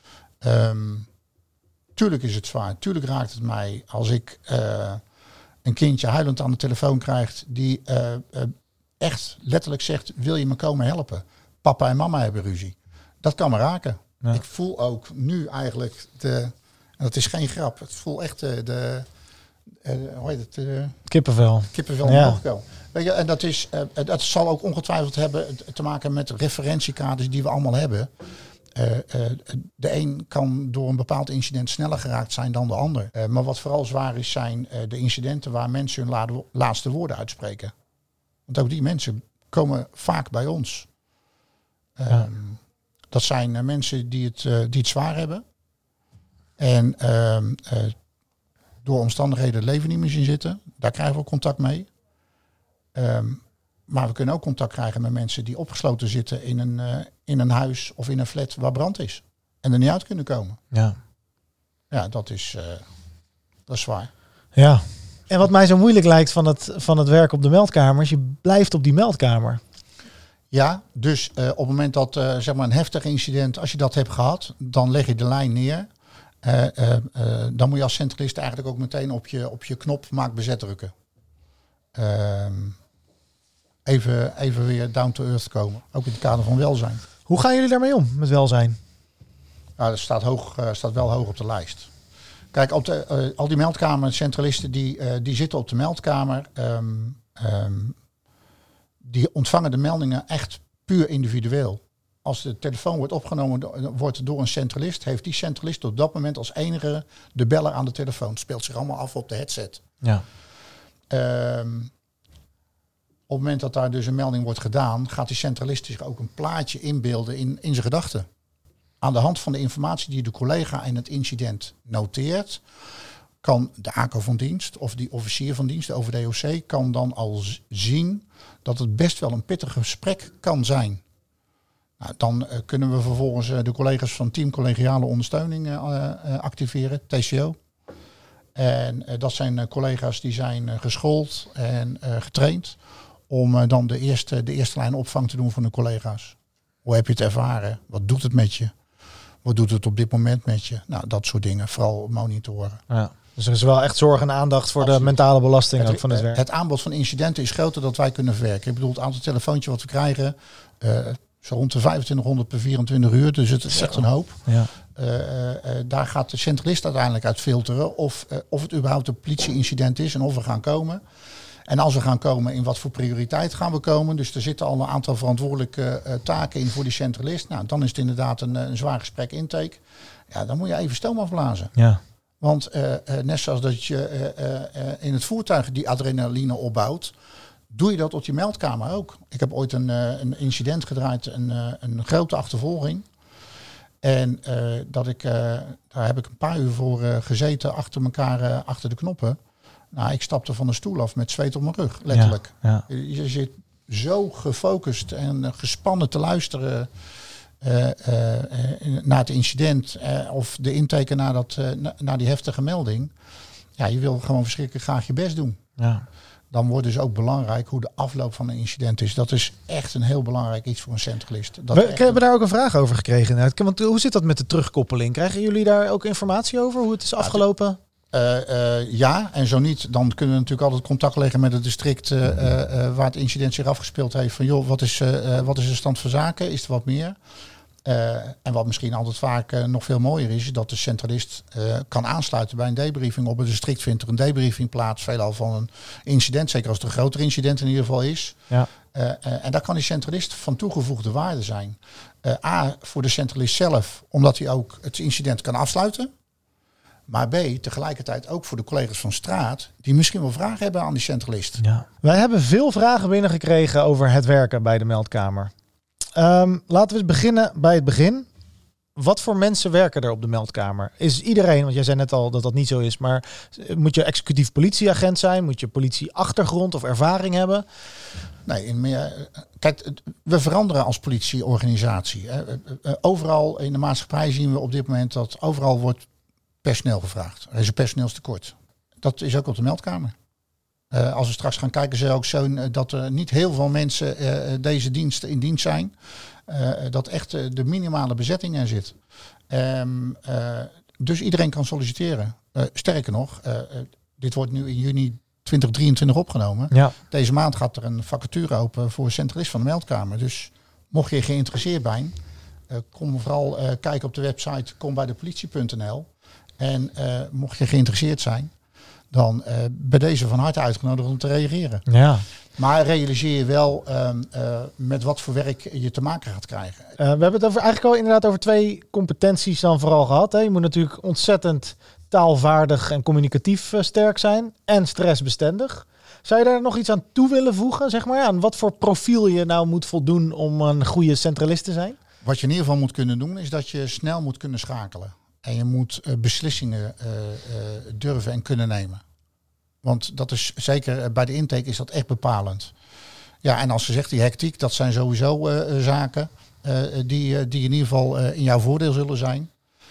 [SPEAKER 1] Um, tuurlijk is het zwaar, tuurlijk raakt het mij als ik uh, een kindje huilend aan de telefoon krijg die uh, uh, echt letterlijk zegt, wil je me komen helpen? Papa en mama hebben ruzie. Dat kan me raken. Ja. Ik voel ook nu eigenlijk de, en dat is geen grap, het voel echt de, de uh, hoe heet het? De,
[SPEAKER 2] kippenvel.
[SPEAKER 1] Kippenvel
[SPEAKER 2] ja.
[SPEAKER 1] omhoog komen. Weet je, en dat is, uh, dat zal ook ongetwijfeld hebben te maken met referentiekaders die we allemaal hebben. Uh, uh, de een kan door een bepaald incident sneller geraakt zijn dan de ander. Uh, maar wat vooral zwaar is, zijn uh, de incidenten waar mensen hun la- laatste woorden uitspreken. Want ook die mensen komen vaak bij ons. Um, ja. Dat zijn uh, mensen die het, uh, die het zwaar hebben. En uh, uh, door omstandigheden het leven niet meer zien zitten. Daar krijgen we contact mee. Um, maar we kunnen ook contact krijgen met mensen die opgesloten zitten in een, uh, in een huis of in een flat waar brand is. En er niet uit kunnen komen.
[SPEAKER 2] Ja,
[SPEAKER 1] ja dat, is, uh, dat is zwaar.
[SPEAKER 2] Ja. En wat mij zo moeilijk lijkt van het, van het werk op de meldkamer is je blijft op die meldkamer.
[SPEAKER 1] Ja, dus uh, op het moment dat uh, zeg maar een heftig incident, als je dat hebt gehad, dan leg je de lijn neer. Uh, uh, uh, dan moet je als centralist eigenlijk ook meteen op je, op je knop maak bezet drukken. Uh, even, even weer down to earth komen. Ook in het kader van welzijn.
[SPEAKER 2] Hoe gaan jullie daarmee om met welzijn?
[SPEAKER 1] Nou, dat staat, hoog, uh, staat wel hoog op de lijst. Kijk, op de, uh, al die meldkamercentralisten die, uh, die zitten op de meldkamer. Um, um, die ontvangen de meldingen echt puur individueel. als de telefoon wordt opgenomen do- wordt door een centralist, heeft die centralist op dat moment als enige de beller aan de telefoon. Het speelt zich allemaal af op de headset.
[SPEAKER 2] Ja.
[SPEAKER 1] Um, op het moment dat daar dus een melding wordt gedaan, gaat die centralist zich ook een plaatje inbeelden in, in zijn gedachten. Aan de hand van de informatie die de collega in het incident noteert, kan de A K O van dienst of die officier van dienst, de O V D O C, kan dan al z- zien dat het best wel een pittig gesprek kan zijn. Nou, dan uh, kunnen we vervolgens uh, de collega's van team collegiale ondersteuning uh, uh, activeren, T C O. En uh, dat zijn uh, collega's die zijn uh, geschoold en uh, getraind om uh, dan de eerste, de eerste lijn opvang te doen van de collega's. Hoe heb je het ervaren? Wat doet het met je? Wat doet het op dit moment met je? Nou, dat soort dingen. Vooral monitoren.
[SPEAKER 2] Ja. Dus er is wel echt zorg en aandacht voor
[SPEAKER 1] Absoluut.
[SPEAKER 2] de mentale belasting
[SPEAKER 1] Het,
[SPEAKER 2] ook van het werk.
[SPEAKER 1] het aanbod van incidenten is groter dan wij kunnen verwerken. Ik bedoel, het aantal telefoontjes wat we krijgen, uh, zo rond de vijfentwintighonderd per vierentwintig uur. Dus het is echt een hoop.
[SPEAKER 2] Ja.
[SPEAKER 1] Uh, uh, daar gaat de centralist uiteindelijk uit filteren of, uh, of het überhaupt een politieincident is en of we gaan komen. En als we gaan komen, in wat voor prioriteit gaan we komen. Dus er zitten al een aantal verantwoordelijke uh, taken in voor die centralist. Nou, dan is het inderdaad een, een zwaar gesprek intake. Ja, dan moet je even stoom afblazen.
[SPEAKER 2] Ja.
[SPEAKER 1] Want uh, uh, net zoals dat je uh, uh, in het voertuig die adrenaline opbouwt, doe je dat op je meldkamer ook. Ik heb ooit een, uh, een incident gedraaid, een, uh, een grote achtervolging. En uh, dat ik, uh, daar heb ik een paar uur voor uh, gezeten achter elkaar, uh, achter de knoppen. Nou, ik stapte van de stoel af met zweet op mijn rug, letterlijk.
[SPEAKER 2] Ja, ja.
[SPEAKER 1] Je, je zit zo gefocust en uh, gespannen te luisteren uh, uh, uh, naar het incident uh, of de intake naar, dat, uh, na, naar die heftige melding. Ja, je wil gewoon verschrikkelijk graag je best doen.
[SPEAKER 2] Ja.
[SPEAKER 1] Dan wordt dus ook belangrijk hoe de afloop van een incident is. Dat is echt een heel belangrijk iets voor een centralist. Dat
[SPEAKER 2] We
[SPEAKER 1] echt
[SPEAKER 2] hebben daar ook een vraag over gekregen. Inderdaad. Want hoe zit dat met de terugkoppeling? Krijgen jullie daar ook informatie over hoe het is afgelopen?
[SPEAKER 1] Uh, uh, ja, en zo niet, dan kunnen we natuurlijk altijd contact leggen met het district uh, uh, waar het incident zich afgespeeld heeft. Van joh, wat is, uh, wat is de stand van zaken? Is er wat meer? Uh, en wat misschien altijd vaak uh, nog veel mooier is, is dat de centralist uh, kan aansluiten bij een debriefing. Op het district vindt er een debriefing plaats, veelal van een incident, zeker als het een groter incident in ieder geval is. Ja. Uh, uh, en daar kan die centralist van toegevoegde waarde zijn. Uh, A, voor de centralist zelf, omdat hij ook het incident kan afsluiten. Maar B, tegelijkertijd ook voor de collega's van straat, die misschien wel vragen hebben aan die centralist.
[SPEAKER 2] Ja. Wij hebben veel vragen binnengekregen over het werken bij de meldkamer. Um, laten we eens beginnen bij het begin. Wat voor mensen werken er op de meldkamer? Is iedereen, want jij zei net al dat dat niet zo is, maar moet je executief politieagent zijn? Moet je politieachtergrond of ervaring hebben?
[SPEAKER 1] Nee, in meer, kijk, we veranderen als politieorganisatie. Overal in de maatschappij zien we op dit moment dat overal wordt personeel gevraagd. Er is een personeelstekort. Dat is ook op de meldkamer. Uh, als we straks gaan kijken, zal ook zo uh, dat er niet heel veel mensen uh, deze diensten in dienst zijn. Uh, dat echt uh, de minimale bezetting er zit. Um, uh, dus iedereen kan solliciteren. Uh, sterker nog, uh, uh, dit wordt nu in juni twintig drieëntwintig opgenomen. Ja. Deze maand gaat er een vacature open voor centralist van de meldkamer. Dus mocht je geïnteresseerd zijn, uh, kom vooral uh, kijken op de website kom bij de politie punt n l. En uh, mocht je geïnteresseerd zijn, dan uh, bij deze van harte uitgenodigd om te reageren. Ja. Maar realiseer je wel um, uh, met wat voor werk je te maken gaat krijgen. Uh,
[SPEAKER 2] we hebben het over, eigenlijk al inderdaad over twee competenties dan vooral gehad. Hè. Je moet natuurlijk ontzettend taalvaardig en communicatief uh, sterk zijn. En stressbestendig. Zou je daar nog iets aan toe willen voegen? Zeg maar, aan wat voor profiel je nou moet voldoen om een goede centralist te zijn?
[SPEAKER 1] Wat je in ieder geval moet kunnen doen, is dat je snel moet kunnen schakelen. En je moet uh, beslissingen uh, uh, durven en kunnen nemen. Want dat is zeker uh, bij de intake is dat echt bepalend. Ja, en als ze zegt die hectiek, dat zijn sowieso uh, zaken uh, die, uh, die in ieder geval uh, in jouw voordeel zullen zijn.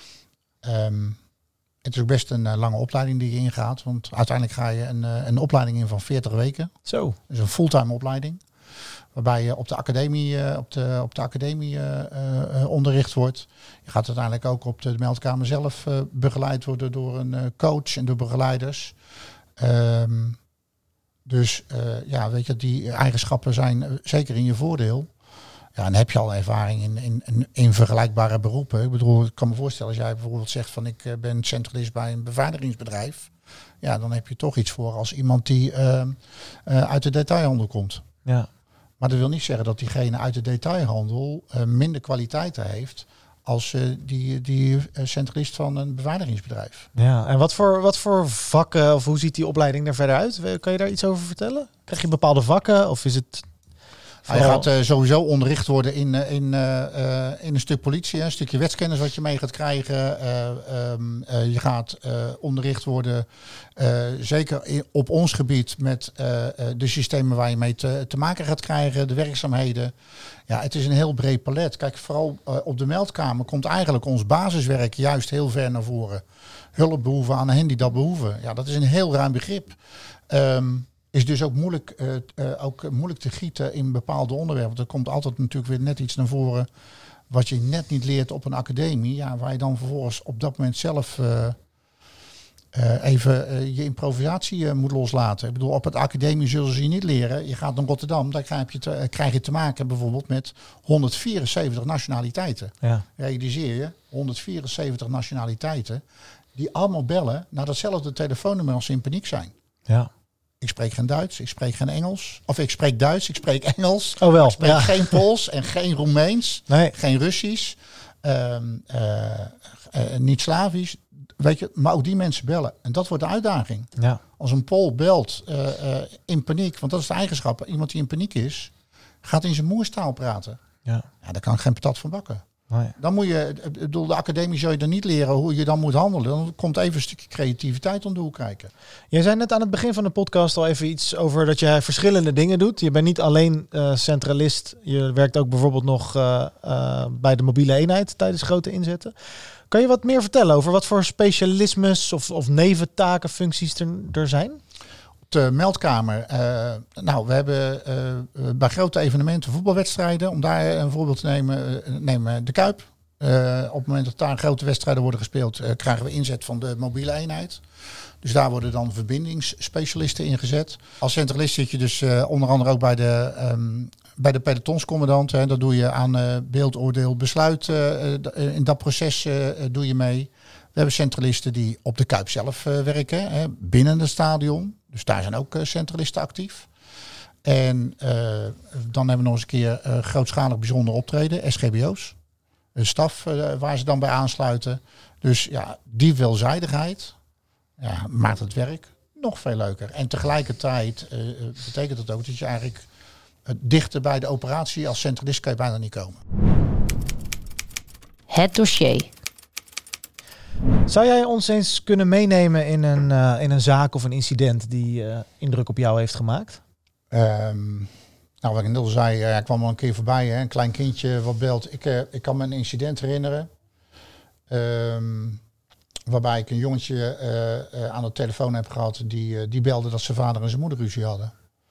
[SPEAKER 1] Um, het is ook best een uh, lange opleiding die je ingaat. Want uiteindelijk ga je een, uh, een opleiding in van veertig weken.
[SPEAKER 2] Zo.
[SPEAKER 1] Dus een fulltime opleiding. Waarbij je op de academie, uh, op de, op de academie uh, uh, onderricht wordt. Je gaat uiteindelijk ook op de meldkamer zelf uh, begeleid worden door een uh, coach en door begeleiders. Um, dus uh, ja, weet je, die eigenschappen zijn uh, zeker in je voordeel. Ja, en heb je al ervaring in, in, in, in vergelijkbare beroepen. Ik bedoel, ik kan me voorstellen als jij bijvoorbeeld zegt van ik uh, ben centralist bij een beveiligingsbedrijf. Ja, dan heb je toch iets voor als iemand die uh, uh, uit de detailhandel komt.
[SPEAKER 2] Ja.
[SPEAKER 1] Maar dat wil niet zeggen dat diegene uit de detailhandel uh, minder kwaliteiten heeft als uh, die, die uh, centralist van een beveiligingsbedrijf.
[SPEAKER 2] Ja, en wat voor, wat voor vakken of hoe ziet die opleiding er verder uit? Kan je daar iets over vertellen? Krijg je bepaalde vakken of is het...
[SPEAKER 1] Hij gaat uh, sowieso onderricht worden in, uh, in, uh, uh, in een stuk politie, een stukje wetskennis wat je mee gaat krijgen. Uh, um, uh, je gaat uh, onderricht worden, uh, zeker in, op ons gebied, met uh, uh, de systemen waar je mee te, te maken gaat krijgen, de werkzaamheden. Ja, het is een heel breed palet. Kijk, vooral uh, op de meldkamer komt eigenlijk ons basiswerk juist heel ver naar voren. Hulpbehoeven aan hen die dat behoeven. Ja, dat is een heel ruim begrip. Um, Is dus ook moeilijk, uh, uh, ook moeilijk te gieten in bepaalde onderwerpen. Want er komt altijd natuurlijk weer net iets naar voren wat je net niet leert op een academie. Ja, waar je dan vervolgens op dat moment zelf uh, uh, even uh, je improvisatie uh, moet loslaten. Ik bedoel, op het academie zullen ze je niet leren. Je gaat naar Rotterdam, daar krijg je te, uh, krijg je te maken bijvoorbeeld met honderdvierenzeventig nationaliteiten. Ja. Realiseer je, honderdvierenzeventig nationaliteiten die allemaal bellen naar datzelfde telefoonnummer als ze in paniek zijn.
[SPEAKER 2] Ja.
[SPEAKER 1] Ik spreek geen Duits, ik spreek geen Engels. Of ik spreek Duits, ik spreek Engels.
[SPEAKER 2] Oh wel,
[SPEAKER 1] ik spreek
[SPEAKER 2] ja.
[SPEAKER 1] geen Pools en geen Roemeens.
[SPEAKER 2] Nee.
[SPEAKER 1] Geen Russisch. Um, uh, uh, niet Slavisch. Weet je, maar ook die mensen bellen. En dat wordt de uitdaging.
[SPEAKER 2] Ja.
[SPEAKER 1] Als een Pool belt uh, uh, in paniek, want dat is de eigenschap. Iemand die in paniek is, gaat in zijn moerstaal praten.
[SPEAKER 2] Ja.
[SPEAKER 1] Ja, daar kan ik geen patat van bakken.
[SPEAKER 2] Nee.
[SPEAKER 1] Dan moet je, ik bedoel, de academie zou je dan niet leren hoe je dan moet handelen. Dan komt even een stukje creativiteit om de hoek kijken.
[SPEAKER 2] Jij zei net aan het begin van de podcast al even iets over dat je verschillende dingen doet. Je bent niet alleen uh, centralist. Je werkt ook bijvoorbeeld nog uh, uh, bij de mobiele eenheid tijdens grote inzetten. Kan je wat meer vertellen over wat voor specialismes of, of neventaken, functies er, er zijn?
[SPEAKER 1] De meldkamer. Uh, nou, we hebben uh, bij grote evenementen voetbalwedstrijden. Om daar een voorbeeld te nemen, uh, nemen de Kuip. Uh, op het moment dat daar grote wedstrijden worden gespeeld, uh, krijgen we inzet van de mobiele eenheid. Dus daar worden dan verbindingsspecialisten ingezet. Als centralist zit je dus uh, onder andere ook bij de, um, bij de pelotonscommandant. Hè. Dat doe je aan uh, beeld, oordeel, besluit. Uh, in dat proces uh, doe je mee. We hebben centralisten die op de Kuip zelf uh, werken, hè, binnen het stadion. Dus daar zijn ook uh, centralisten actief. En uh, dan hebben we nog eens een keer uh, grootschalig bijzonder optreden, S G B O's. De staf uh, waar ze dan bij aansluiten. Dus ja, die veelzijdigheid ja, maakt het werk nog veel leuker. En tegelijkertijd uh, betekent het ook dat je eigenlijk uh, dichter bij de operatie als centralist kan je bijna niet komen.
[SPEAKER 5] Het dossier.
[SPEAKER 2] Zou jij ons eens kunnen meenemen in een, uh, in een zaak of een incident die uh, indruk op jou heeft gemaakt?
[SPEAKER 1] Um, nou, wat ik net al zei, uh, ik kwam al een keer voorbij, hè, een klein kindje wat belt. Ik, uh, ik kan me een incident herinneren. Um, waarbij ik een jongetje uh, uh, aan de telefoon heb gehad die, uh, die belde dat zijn vader en zijn moeder ruzie hadden.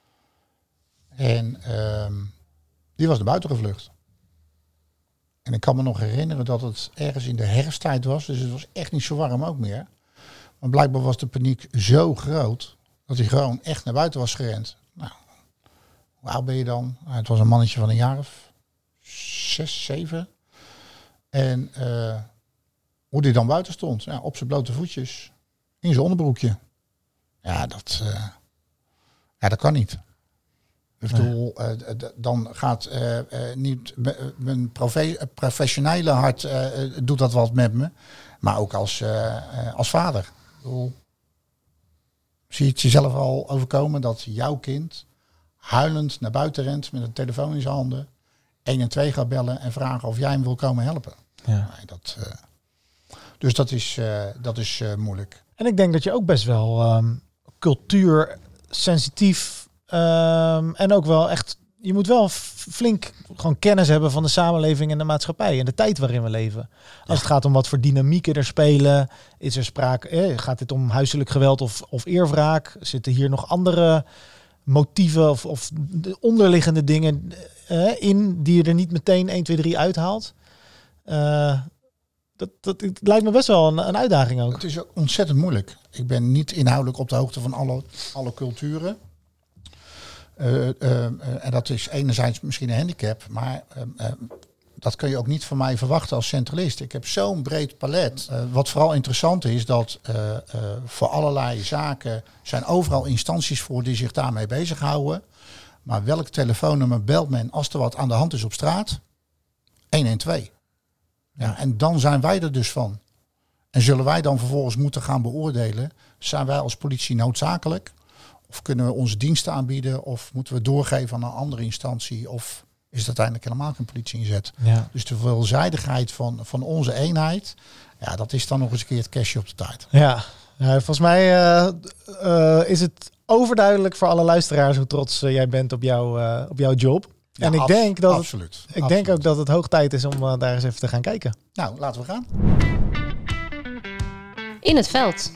[SPEAKER 1] En um, die was naar buiten gevlucht. En ik kan me nog herinneren dat het ergens in de herfsttijd was. Dus het was echt niet zo warm ook meer. Maar blijkbaar was de paniek zo groot dat hij gewoon echt naar buiten was gerend. Nou, hoe oud ben je dan? Nou, het was een mannetje van een jaar of zes, zeven. En uh, hoe die dan buiten stond. Ja, op zijn blote voetjes. In zijn onderbroekje. Ja, dat, uh, ja, dat kan niet. Ik bedoel, uh, dan gaat uh, uh, niet mijn profe- professionele hart uh, doet dat wat met me, maar ook als, uh, uh, als vader. Ik bedoel, zie je het jezelf al overkomen dat jouw kind huilend naar buiten rent met een telefoon in zijn handen, één en twee gaat bellen en vragen of jij hem wil komen helpen. Ja. Nee, dat, uh, dus dat is, uh, dat is uh, moeilijk.
[SPEAKER 2] En ik denk dat je ook best wel um, cultuursensitief Um, en ook wel echt, je moet wel flink gewoon kennis hebben van de samenleving en de maatschappij en de tijd waarin we leven. Als ja. het gaat om wat voor dynamieken er spelen, is er sprake, eh, gaat dit om huiselijk geweld of, of eerwraak? Zitten hier nog andere motieven of, of de onderliggende dingen eh, in die je er niet meteen één, twee, drie uithaalt? Uh, dat, dat het lijkt me best wel een, een uitdaging ook.
[SPEAKER 1] Het is ook ontzettend moeilijk. Ik ben niet inhoudelijk op de hoogte van alle, alle culturen. Uh, uh, uh, en dat is enerzijds misschien een handicap, maar uh, uh, dat kun je ook niet van mij verwachten als centralist. Ik heb zo'n breed palet. Uh, wat vooral interessant is, dat uh, uh, voor allerlei zaken zijn overal instanties voor die zich daarmee bezighouden. Maar welk telefoonnummer belt men als er wat aan de hand is op straat? honderdtwaalf. Ja, en dan zijn wij er dus van. En zullen wij dan vervolgens moeten gaan beoordelen, zijn wij als politie noodzakelijk? Of kunnen we onze diensten aanbieden? Of moeten we doorgeven aan een andere instantie? Of is het uiteindelijk helemaal geen politie inzet?
[SPEAKER 2] Ja.
[SPEAKER 1] Dus de veelzijdigheid van, van onze eenheid, ja, dat is dan nog eens een keer het cashje op de taart.
[SPEAKER 2] Ja, ja volgens mij uh, uh, is het overduidelijk voor alle luisteraars hoe trots uh, jij bent op, jou, uh, op jouw job.
[SPEAKER 1] Ja,
[SPEAKER 2] en ik
[SPEAKER 1] abs-
[SPEAKER 2] denk dat
[SPEAKER 1] absoluut.
[SPEAKER 2] Het, ik
[SPEAKER 1] absoluut.
[SPEAKER 2] denk ook dat het hoog tijd is om uh, daar eens even te gaan kijken.
[SPEAKER 1] Nou, laten we gaan.
[SPEAKER 5] In het veld.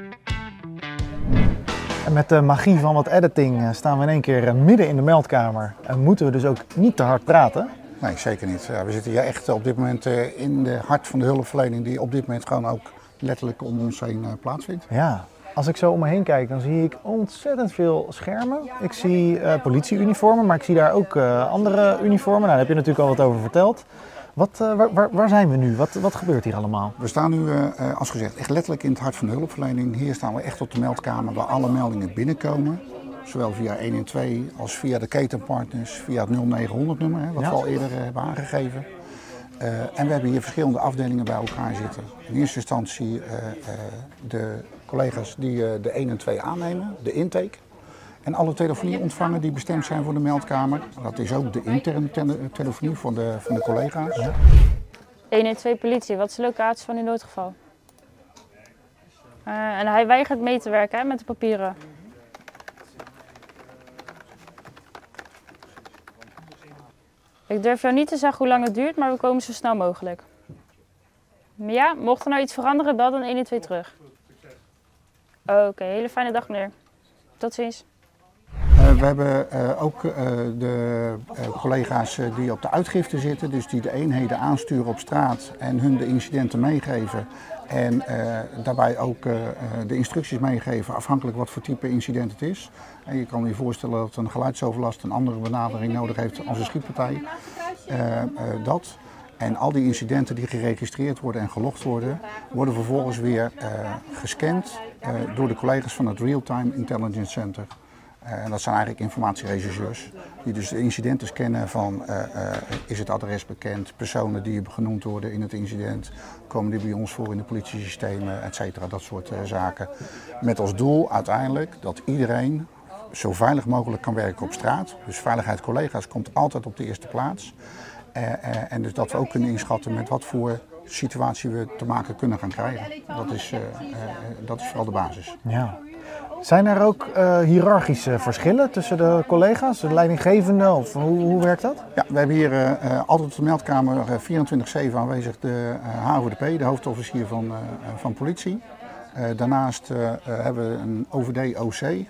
[SPEAKER 2] En met de magie van wat editing uh, staan we in één keer uh, midden in de meldkamer. En moeten we dus ook niet te hard praten.
[SPEAKER 1] Nee, zeker niet. Ja, we zitten hier echt op dit moment uh, in de hart van de hulpverlening die op dit moment gewoon ook letterlijk om ons heen uh, plaatsvindt.
[SPEAKER 2] Ja, als ik zo om me heen kijk, dan zie ik ontzettend veel schermen. Ik zie uh, politieuniformen, maar ik zie daar ook uh, andere uniformen. Nou, daar heb je natuurlijk al wat over verteld. Wat, uh, waar, waar, waar zijn we nu? Wat, wat gebeurt hier allemaal?
[SPEAKER 1] We staan nu, uh, als gezegd, echt letterlijk in het hart van de hulpverlening. Hier staan we echt op de meldkamer waar alle meldingen binnenkomen. Zowel via honderdtwaalf als via de ketenpartners, via het nul negen honderd nummer, hè, wat
[SPEAKER 2] Ja.
[SPEAKER 1] we al eerder uh, hebben aangegeven. Uh, en we hebben hier verschillende afdelingen bij elkaar zitten. In eerste instantie uh, uh, de collega's die uh, de honderdtwaalf aannemen, de intake. En alle telefonie ontvangen die bestemd zijn voor de meldkamer. Dat is ook de interne tele- telefonie van de, van de collega's. Ja.
[SPEAKER 7] honderdtwaalf politie, wat is de locatie van uw noodgeval? Uh, en hij weigert mee te werken hè, met de papieren. Ik durf jou niet te zeggen hoe lang het duurt, maar we komen zo snel mogelijk. Maar ja, mocht er nou iets veranderen, bel dan honderdtwaalf terug. Oké, okay, hele fijne dag meneer. Tot ziens.
[SPEAKER 1] Uh, we hebben uh, ook uh, de uh, collega's uh, die op de uitgifte zitten, dus die de eenheden aansturen op straat en hun de incidenten meegeven. En uh, daarbij ook uh, de instructies meegeven afhankelijk wat voor type incident het is. En je kan je voorstellen dat een geluidsoverlast een andere benadering nodig heeft als een schietpartij. Uh, uh, dat. En al die incidenten die geregistreerd worden en gelogd worden, worden vervolgens weer uh, gescand uh, door de collega's van het Real-Time Intelligence Center. Uh, en dat zijn eigenlijk informatierechercheurs die dus de incidenten scannen van uh, uh, is het adres bekend, personen die genoemd worden in het incident, komen die bij ons voor in de politiesystemen, et cetera, dat soort uh, zaken. Met als doel uiteindelijk dat iedereen zo veilig mogelijk kan werken op straat. Dus veiligheid collega's komt altijd op de eerste plaats. Uh, uh, en dus dat we ook kunnen inschatten met wat voor situatie we te maken kunnen gaan krijgen. Dat is, uh, uh, dat is vooral de basis.
[SPEAKER 2] Ja. Zijn er ook uh, hiërarchische verschillen tussen de collega's, de leidinggevende of hoe, hoe werkt dat?
[SPEAKER 1] Ja, we hebben hier uh, altijd op de meldkamer uh, vierentwintig zeven aanwezig de uh, H O D P, de hoofdofficier van, uh, van politie. Uh, daarnaast uh, uh, hebben we een O V D O C, uh,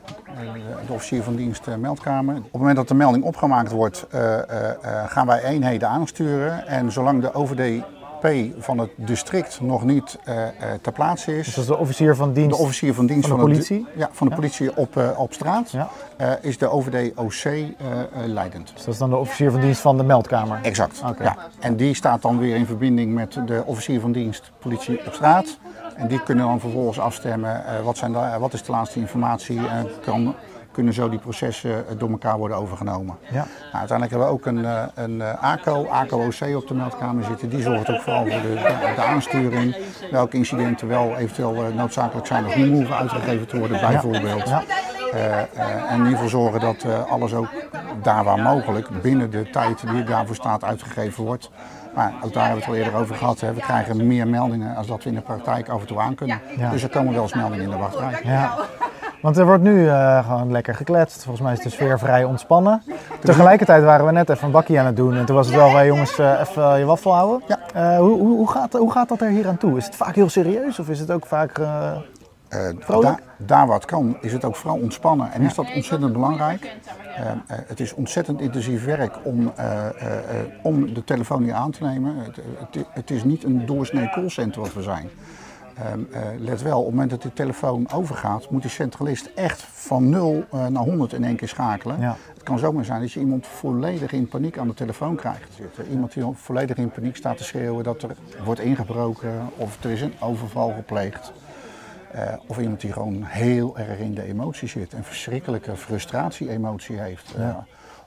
[SPEAKER 1] de officier van dienst uh, meldkamer. Op het moment dat de melding opgemaakt wordt, uh, uh, uh, gaan wij eenheden aansturen. En zolang de O V D P van het district nog niet uh, uh, ter plaatse is.
[SPEAKER 2] Dus dat is de officier van dienst,
[SPEAKER 1] de officier van, dienst
[SPEAKER 2] van de
[SPEAKER 1] van
[SPEAKER 2] politie?
[SPEAKER 1] Het, ja, van de
[SPEAKER 2] ja.
[SPEAKER 1] politie op, uh, op straat.
[SPEAKER 2] Ja.
[SPEAKER 1] Uh, is de O V D O C uh, uh, leidend.
[SPEAKER 2] Dus dat is dan de officier van dienst van de meldkamer?
[SPEAKER 1] Exact.
[SPEAKER 2] Okay.
[SPEAKER 1] Ja. En die staat dan weer in verbinding met de officier van dienst politie op straat. En die kunnen dan vervolgens afstemmen uh, wat, zijn de, uh, wat is de laatste informatie en kan, kunnen zo die processen uh, door elkaar worden overgenomen.
[SPEAKER 2] Ja.
[SPEAKER 1] Nou, uiteindelijk hebben we ook een, uh, een uh, A C O, A C O O C op de meldkamer zitten. Die zorgt ook vooral voor de, de, de aansturing. Welke incidenten wel eventueel uh, noodzakelijk zijn of niet hoeven uitgegeven te worden bijvoorbeeld. Ja. Uh, uh, en in ieder geval zorgen dat uh, alles ook daar waar mogelijk binnen de tijd die daarvoor staat uitgegeven wordt. Maar ook daar hebben we het al eerder over gehad. Hè. We krijgen meer meldingen als dat we in de praktijk af en toe aan kunnen. Ja. Dus er komen wel eens meldingen in de wachtrij.
[SPEAKER 2] Ja. Want er wordt nu uh, gewoon lekker gekletst. Volgens mij is de sfeer vrij ontspannen. Tegelijkertijd waren we net even een bakje aan het doen. En toen was het wel, wij jongens, uh, even je waffel houden.
[SPEAKER 1] Ja.
[SPEAKER 2] Uh, hoe, hoe, hoe, gaat, hoe gaat dat er hier aan toe? Is het vaak heel serieus of is het ook vaak uh,
[SPEAKER 1] uh, vrolijk? Da- daar waar het kan is het ook vooral ontspannen. En is dat ontzettend belangrijk. Uh, uh, het is ontzettend intensief werk om, uh, uh, uh, om de telefoon aan te nemen. Het, het, het is niet een doorsnee callcenter wat we zijn. Um, uh, let wel, op het moment dat de telefoon overgaat, moet die centralist echt van nul uh, naar honderd in één keer schakelen. Ja. Het kan zomaar zijn dat je iemand volledig in paniek aan de telefoon krijgt. Iemand die volledig in paniek staat te schreeuwen dat er wordt ingebroken of er is een overval gepleegd. Uh, of iemand die gewoon heel erg in de emotie zit en verschrikkelijke frustratie-emotie heeft. Uh,
[SPEAKER 2] ja.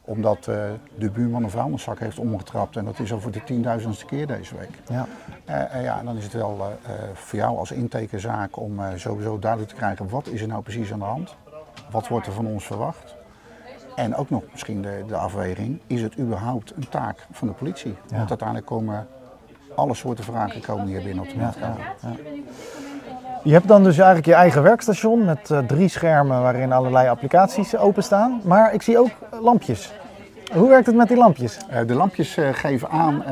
[SPEAKER 1] Omdat uh, de buurman een vuilniszak heeft omgetrapt en dat is al voor de tienduizendste keer deze week. Ja. Uh, uh, ja, en dan is het wel uh, voor jou als intekenzaak om uh, sowieso duidelijk te krijgen wat is er nou precies aan de hand. Wat wordt er van ons verwacht? En ook nog misschien de, de afweging, is het überhaupt een taak van de politie? Ja. Want uiteindelijk komen alle soorten vragen komen hier binnen op de meldkamer. Ja, ja, ja.
[SPEAKER 2] Je hebt dan dus eigenlijk je eigen werkstation met uh, drie schermen waarin allerlei applicaties openstaan. Maar ik zie ook lampjes. Hoe werkt het met die lampjes?
[SPEAKER 1] Uh, de lampjes uh, geven aan uh,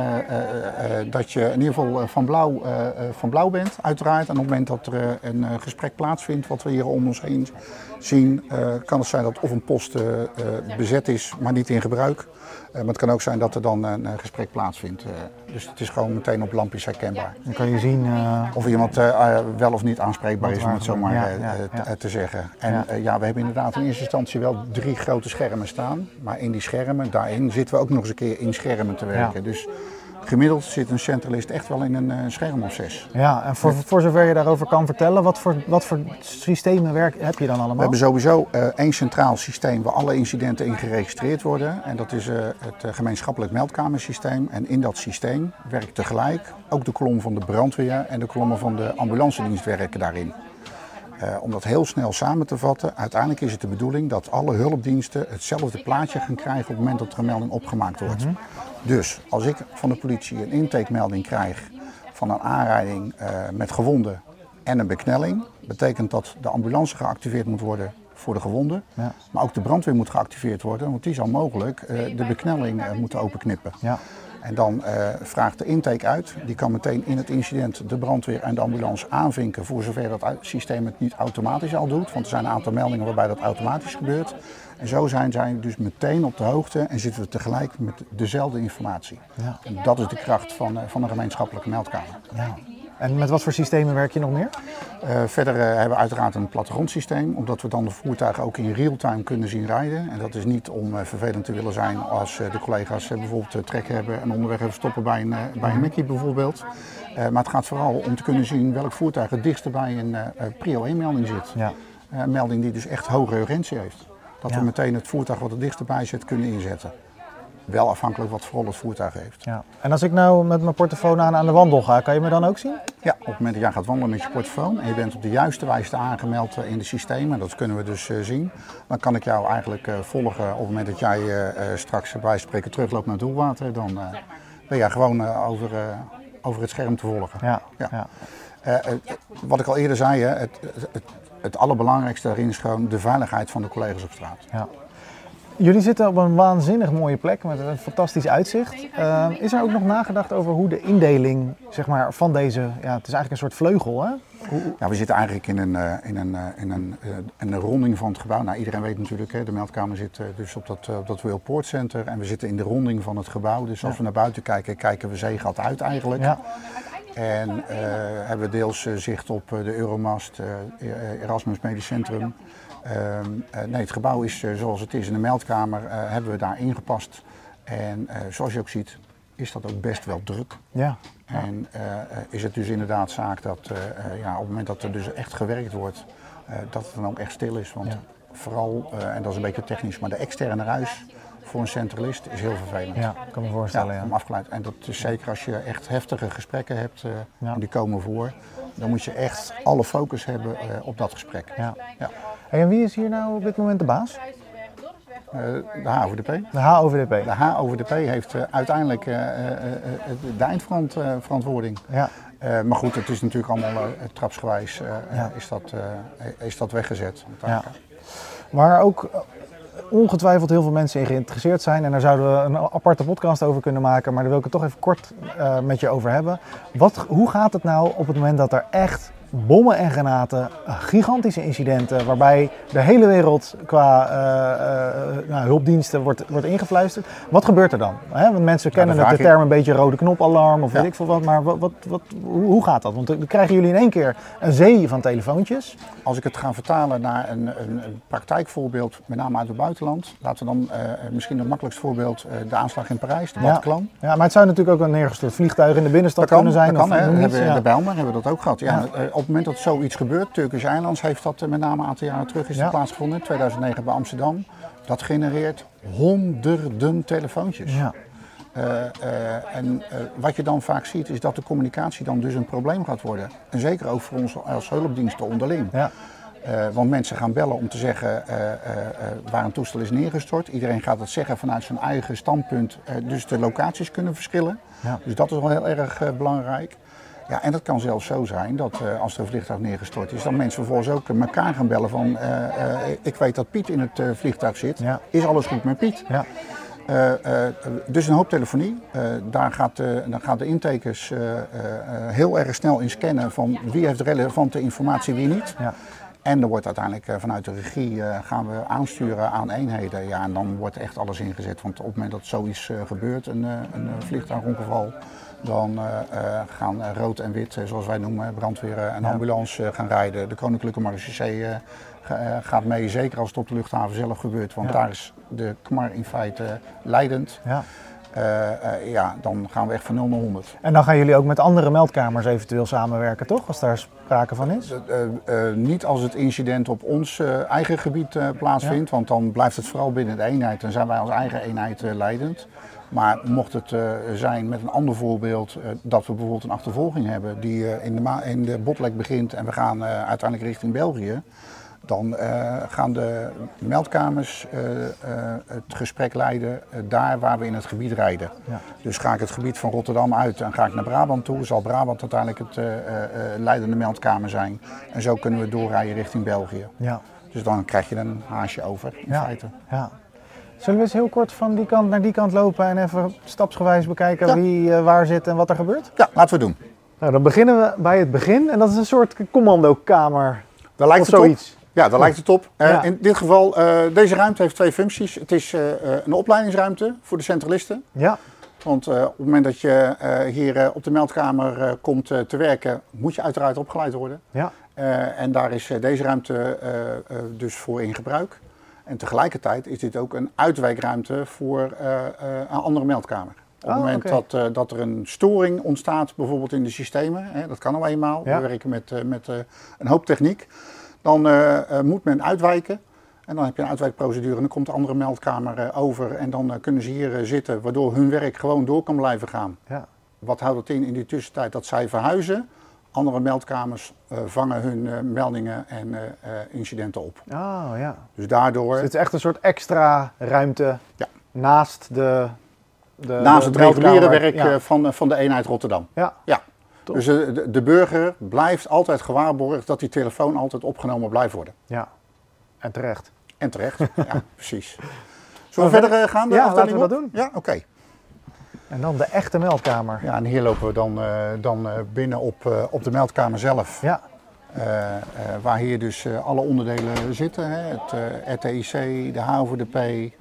[SPEAKER 1] uh, uh, dat je in ieder geval uh, van, blauw, uh, uh, van blauw bent, uiteraard. En op het moment dat er uh, een uh, gesprek plaatsvindt, wat we hier om ons heen zien, uh, kan het zijn dat of een post uh, uh, bezet is, maar niet in gebruik. Uh, maar het kan ook zijn dat er dan een uh, gesprek plaatsvindt. Uh, dus het is gewoon meteen op lampjes herkenbaar.
[SPEAKER 2] Dan kan je zien uh,
[SPEAKER 1] of iemand uh, uh, wel of niet aanspreekbaar is, om het zo maar
[SPEAKER 2] ja,
[SPEAKER 1] uh,
[SPEAKER 2] ja, ja.
[SPEAKER 1] te, te zeggen. En
[SPEAKER 2] ja.
[SPEAKER 1] Uh, ja, we hebben inderdaad in eerste instantie wel drie grote schermen staan. Maar in die schermen, daarin zitten we ook nog eens een keer in schermen te werken. Ja. Dus gemiddeld zit een centralist echt wel in een uh, scherm of zes.
[SPEAKER 2] Ja, en voor, voor zover je daarover kan vertellen, wat voor, wat voor systemen werk, heb je dan allemaal?
[SPEAKER 1] We hebben sowieso uh, één centraal systeem waar alle incidenten in geregistreerd worden. En dat is uh, het uh, gemeenschappelijk meldkamersysteem. En in dat systeem werkt tegelijk ook de kolom van de brandweer en de kolommen van de ambulancedienst werken daarin. Uh, om dat heel snel samen te vatten, uiteindelijk is het de bedoeling dat alle hulpdiensten hetzelfde plaatje gaan krijgen op het moment dat er een melding opgemaakt wordt. Mm-hmm. Dus als ik van de politie een intakemelding krijg van een aanrijding uh, met gewonden en een beknelling, betekent dat de ambulance geactiveerd moet worden voor de gewonden, ja. Maar ook de brandweer moet geactiveerd worden, want die zal mogelijk uh, de beknelling uh, moeten openknippen. Ja. En dan uh, vraagt de intake uit, die kan meteen in het incident de brandweer en de ambulance aanvinken, voor zover dat systeem het niet automatisch al doet. Want er zijn een aantal meldingen waarbij dat automatisch gebeurt. En zo zijn zij dus meteen op de hoogte en zitten we tegelijk met dezelfde informatie. Ja. En dat is de kracht van, uh, van een gemeenschappelijke meldkamer.
[SPEAKER 2] Ja. En met wat voor systemen werk je nog meer?
[SPEAKER 1] Uh, verder uh, hebben we uiteraard een plattegrondsysteem, omdat we dan de voertuigen ook in real-time kunnen zien rijden. En dat is niet om uh, vervelend te willen zijn als uh, de collega's uh, bijvoorbeeld uh, trek hebben en onderweg even stoppen bij een, uh, bij een Mackie bijvoorbeeld. Uh, maar het gaat vooral om te kunnen zien welk voertuig het dichtst bij een uh, prio één melding zit. Ja. Uh, een melding die dus echt hoge urgentie heeft. Dat ja. we meteen het voertuig wat het dichtst bij zit kunnen inzetten. Wel afhankelijk wat voor rol het voertuig heeft.
[SPEAKER 2] Ja. En als ik nou met mijn portofoon aan, aan de wandel ga, kan je me dan ook zien?
[SPEAKER 1] Ja, op het moment dat jij gaat wandelen met je portofoon en je bent op de juiste wijze aangemeld in de systemen, dat kunnen we dus uh, zien, dan kan ik jou eigenlijk uh, volgen op het moment dat jij uh, straks bij wijze van spreken terugloopt naar Doelwater, dan uh, ben jij gewoon uh, over, uh, over het scherm te volgen. Ja. Ja. Ja. Uh, uh, wat ik al eerder zei, uh, het, het, het allerbelangrijkste daarin is gewoon de veiligheid van de collega's op straat.
[SPEAKER 2] Ja. Jullie zitten op een waanzinnig mooie plek met een fantastisch uitzicht. Uh, is er ook nog nagedacht over hoe de indeling zeg maar, van deze, ja, het is eigenlijk een soort vleugel, hè? Hoe...
[SPEAKER 1] Ja, we zitten eigenlijk in een, uh, in een, uh, in een, uh, een ronding van het gebouw. Nou, iedereen weet natuurlijk, hè, de meldkamer zit uh, dus op dat, uh, op dat World Port Center en we zitten in de ronding van het gebouw. Dus als ja. we naar buiten kijken, kijken we Zeegat uit eigenlijk. Ja. En uh, hebben we deels uh, zicht op uh, de Euromast, uh, Erasmus Medisch Centrum. Uh, uh, nee, het gebouw is uh, zoals het is in de meldkamer, uh, hebben we daar ingepast. En uh, zoals je ook ziet, is dat ook best wel druk. Ja. Ja. En uh, is het dus inderdaad zaak dat uh, uh, ja, op het moment dat er dus echt gewerkt wordt, uh, dat het dan ook echt stil is. Want ja. vooral, uh, en dat is een beetje technisch, maar de externe ruis voor een centralist is heel vervelend.
[SPEAKER 2] Ja, kan me voorstellen.
[SPEAKER 1] Ja,
[SPEAKER 2] ja.
[SPEAKER 1] Om afgeleid. En dat is zeker als je echt heftige gesprekken hebt, uh, ja. en die komen voor, dan moet je echt alle focus hebben uh, op dat gesprek. Ja.
[SPEAKER 2] Ja. Hey, en wie is hier nou op dit moment de baas?
[SPEAKER 1] Uh, de H O V D P.
[SPEAKER 2] De H O V D P.
[SPEAKER 1] De H O V D P heeft uh, uiteindelijk uh, uh, uh, de eindverantwoording. Ja. Uh, maar goed, het is natuurlijk allemaal uh, trapsgewijs uh, ja. is, dat, uh, is dat weggezet.
[SPEAKER 2] Ja. Waar ook ongetwijfeld heel veel mensen in geïnteresseerd zijn. En daar zouden we een aparte podcast over kunnen maken. Maar daar wil ik het toch even kort uh, met je over hebben. Wat, hoe gaat het nou op het moment dat er echt bommen en granaten, gigantische incidenten waarbij de hele wereld qua uh, uh, nou, hulpdiensten wordt, wordt ingefluisterd. Wat gebeurt er dan? Hè? Want mensen kennen ja, de, de term een beetje rode knopalarm of ja. weet ik veel wat, maar wat, wat, wat, hoe, hoe gaat dat? Want dan krijgen jullie in één keer een zee van telefoontjes.
[SPEAKER 1] Als ik het ga vertalen naar een, een, een praktijkvoorbeeld, met name uit het buitenland, laten we dan uh, misschien het makkelijkste voorbeeld uh, de aanslag in Parijs, de Bataclan.
[SPEAKER 2] Ja. ja, maar het zou natuurlijk ook een neergestort vliegtuig in de binnenstad
[SPEAKER 1] dat
[SPEAKER 2] kunnen
[SPEAKER 1] kan,
[SPEAKER 2] zijn.
[SPEAKER 1] Dat kan,
[SPEAKER 2] of,
[SPEAKER 1] hè.
[SPEAKER 2] Niet,
[SPEAKER 1] hebben,
[SPEAKER 2] ja.
[SPEAKER 1] De Bijlmer hebben we dat ook gehad. Ja,
[SPEAKER 2] Ja.
[SPEAKER 1] Uh, op het moment dat zoiets gebeurt, Turkish Airlines heeft dat uh, met name een aantal jaren terug is ja. plaatsgevonden. In tweeduizend negen bij Amsterdam. dat genereert honderden telefoontjes.
[SPEAKER 2] Ja.
[SPEAKER 1] Uh, uh, en uh, wat je dan vaak ziet is dat de communicatie dan dus een probleem gaat worden. En zeker ook voor ons als hulpdiensten onderling.
[SPEAKER 2] Ja.
[SPEAKER 1] Uh, want mensen gaan bellen om te zeggen uh, uh, uh, waar een toestel is neergestort. Iedereen gaat het zeggen vanuit zijn eigen standpunt. Uh, dus de locaties kunnen verschillen. Ja. Dus dat is wel heel erg uh, belangrijk. Ja, en dat kan zelfs zo zijn dat uh, als er een vliegtuig neergestort is, dan mensen vervolgens ook uh, elkaar gaan bellen van uh, uh, ik weet dat Piet in het uh, vliegtuig zit. Ja. Is alles goed met Piet? Ja. Uh, uh, dus een hoop telefonie. Uh, daar gaat, uh, dan gaan de intakers uh, uh, heel erg snel in scannen van wie heeft relevante informatie, wie niet. Ja. En er wordt uiteindelijk uh, vanuit de regie uh, gaan we aansturen aan eenheden. Ja, en dan wordt echt alles ingezet. Want op het moment dat zoiets uh, gebeurt, een, uh, een uh, vliegtuigongeval, dan uh, uh, gaan uh, rood en wit, uh, zoals wij noemen, brandweer en ja. ambulance uh, gaan rijden. De Koninklijke Marechaussee uh, gaat mee, zeker als het op de luchthaven zelf gebeurt. Want ja. daar is de K M A R in feite leidend. Ja. Uh, uh, ja, dan gaan we echt van nul naar honderd.
[SPEAKER 2] En dan gaan jullie ook met andere meldkamers eventueel samenwerken, toch? Als daar sprake van is?
[SPEAKER 1] Uh, uh, uh, niet als het incident op ons uh, eigen gebied uh, plaatsvindt, ja. want dan blijft het vooral binnen de eenheid. Dan zijn wij als eigen eenheid uh, leidend. Maar mocht het uh, zijn met een ander voorbeeld, uh, dat we bijvoorbeeld een achtervolging hebben die uh, in, de ma- in de Botlek begint en we gaan uh, uiteindelijk richting België. Dan uh, gaan de meldkamers uh, uh, het gesprek leiden uh, daar waar we in het gebied rijden. Ja. Dus ga ik het gebied van Rotterdam uit en ga ik naar Brabant toe, zal Brabant uiteindelijk het uh, uh, leidende meldkamer zijn. En zo kunnen we doorrijden richting België. Ja. Dus dan krijg je een haasje over in ja. feite.
[SPEAKER 2] Ja. Zullen we eens heel kort van die kant naar die kant lopen en even stapsgewijs bekijken ja. wie uh, waar zit en wat er gebeurt?
[SPEAKER 1] Ja, laten we doen.
[SPEAKER 2] Nou, dan beginnen we bij het begin en dat is een soort commandokamer
[SPEAKER 1] daar lijkt
[SPEAKER 2] of
[SPEAKER 1] het
[SPEAKER 2] zoiets.
[SPEAKER 1] Op. Ja, daar lijkt het op. Uh, ja. In dit geval, uh, deze ruimte heeft twee functies. Het is uh, een opleidingsruimte voor de centralisten. Ja. Want uh, op het moment dat je uh, hier uh, op de meldkamer uh, komt uh, te werken, moet je uiteraard opgeleid worden. Ja. Uh, en daar is uh, deze ruimte uh, uh, dus voor in gebruik. En tegelijkertijd is dit ook een uitwijkruimte voor uh, uh, een andere meldkamer. Op het oh, moment okay. dat, uh, dat er een storing ontstaat, bijvoorbeeld in de systemen, hè, dat kan nou eenmaal. Ja. We werken met, uh, met uh, een hoop techniek. Dan uh, uh, moet men uitwijken en dan heb je een uitwijkprocedure en dan komt de andere meldkamer uh, over en dan uh, kunnen ze hier uh, zitten waardoor hun werk gewoon door kan blijven gaan. Ja. Wat houdt het in in die tussentijd? Dat zij verhuizen, andere meldkamers uh, vangen hun uh, meldingen en uh, uh, incidenten op.
[SPEAKER 2] Oh, ja.
[SPEAKER 1] Dus daardoor... Dus
[SPEAKER 2] het is echt een soort extra ruimte ja. naast de, de
[SPEAKER 1] Naast
[SPEAKER 2] de
[SPEAKER 1] het reguliere werk
[SPEAKER 2] ja.
[SPEAKER 1] uh, van, van de eenheid Rotterdam. Ja. ja. Dus de, de burger blijft altijd gewaarborgd dat die telefoon altijd opgenomen blijft worden.
[SPEAKER 2] Ja, en terecht.
[SPEAKER 1] En terecht, ja, precies. Zullen we verder uh, gaan?
[SPEAKER 2] Ja, laten we dat doen.
[SPEAKER 1] Ja, oké. Okay.
[SPEAKER 2] En dan de echte meldkamer.
[SPEAKER 1] Ja, en hier lopen we dan, uh, dan uh, binnen op, uh, op de meldkamer zelf. Ja. Uh, uh, waar hier dus uh, alle onderdelen zitten. Hè. Het uh, R T I C, de H O V D P, uh, uh,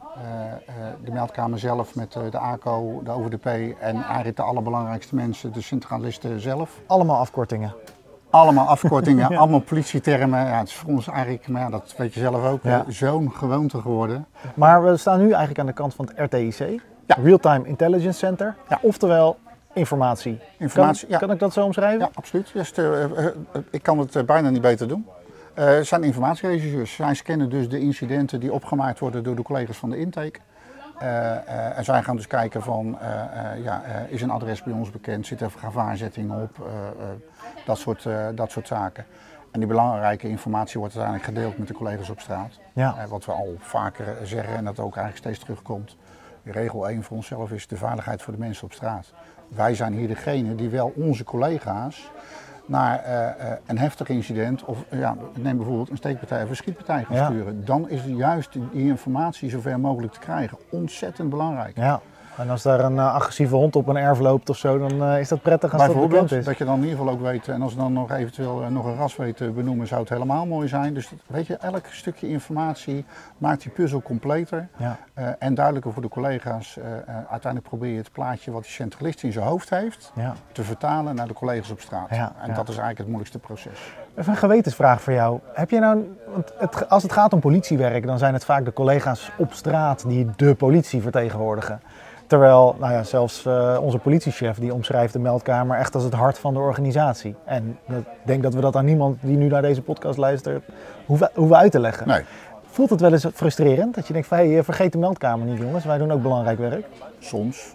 [SPEAKER 1] de meldkamer zelf met uh, de A C O, de O V D P en eigenlijk de allerbelangrijkste mensen, de centralisten zelf.
[SPEAKER 2] Allemaal afkortingen.
[SPEAKER 1] Allemaal afkortingen, ja. allemaal politietermen. Ja, het is voor ons eigenlijk, maar ja, dat weet je zelf ook, ja. zo'n gewoonte geworden.
[SPEAKER 2] Maar we staan nu eigenlijk aan de kant van het R T I C, ja. Real-Time Intelligence Center, ja. oftewel informatie.
[SPEAKER 1] informatie
[SPEAKER 2] kan,
[SPEAKER 1] ja.
[SPEAKER 2] kan ik dat zo omschrijven?
[SPEAKER 1] Ja, absoluut. Just, uh, uh, ik kan het uh, bijna niet beter doen. Uh, het zijn informatieregisseurs. Zij scannen dus de incidenten die opgemaakt worden door de collega's van de intake. Uh, uh, en zij gaan dus kijken van, uh, uh, ja, uh, is een adres bij ons bekend, zit er gevaarzetting op, uh, uh, dat, soort, uh, dat soort zaken. En die belangrijke informatie wordt uiteindelijk gedeeld met de collega's op straat. Ja. Uh, wat we al vaker zeggen en dat ook eigenlijk steeds terugkomt. Regel één voor onszelf is de veiligheid voor de mensen op straat. Wij zijn hier degene die wel onze collega's naar uh, uh, een heftig incident of uh, ja, neem bijvoorbeeld een steekpartij of een schietpartij gaan ja. sturen. Dan is juist die informatie zover mogelijk te krijgen ontzettend belangrijk.
[SPEAKER 2] Ja. En als daar een uh, agressieve hond op een erf loopt of zo, dan uh, is dat prettig als dat bekend is.
[SPEAKER 1] Dat je dan in ieder geval ook weet, en als we dan nog eventueel uh, nog een ras weet te benoemen, zou het helemaal mooi zijn. Dus dat, weet je, elk stukje informatie maakt die puzzel completer ja. uh, en duidelijker voor de collega's. Uh, uh, uiteindelijk probeer je het plaatje wat die centralist in zijn hoofd heeft, ja. te vertalen naar de collega's op straat. Ja, en ja. dat is eigenlijk het moeilijkste proces.
[SPEAKER 2] Even een gewetensvraag voor jou. Heb je nou, want het, als het gaat om politiewerk, dan zijn het vaak de collega's op straat die de politie vertegenwoordigen. Terwijl, nou ja, zelfs uh, onze politiechef die omschrijft de meldkamer echt als het hart van de organisatie. En ik denk dat we dat aan niemand die nu naar deze podcast luistert hoeven, hoeven uit te leggen.
[SPEAKER 1] Nee.
[SPEAKER 2] Voelt het wel eens frustrerend? Dat je denkt, van, hey, vergeet de meldkamer niet jongens, wij doen ook belangrijk werk.
[SPEAKER 1] Soms.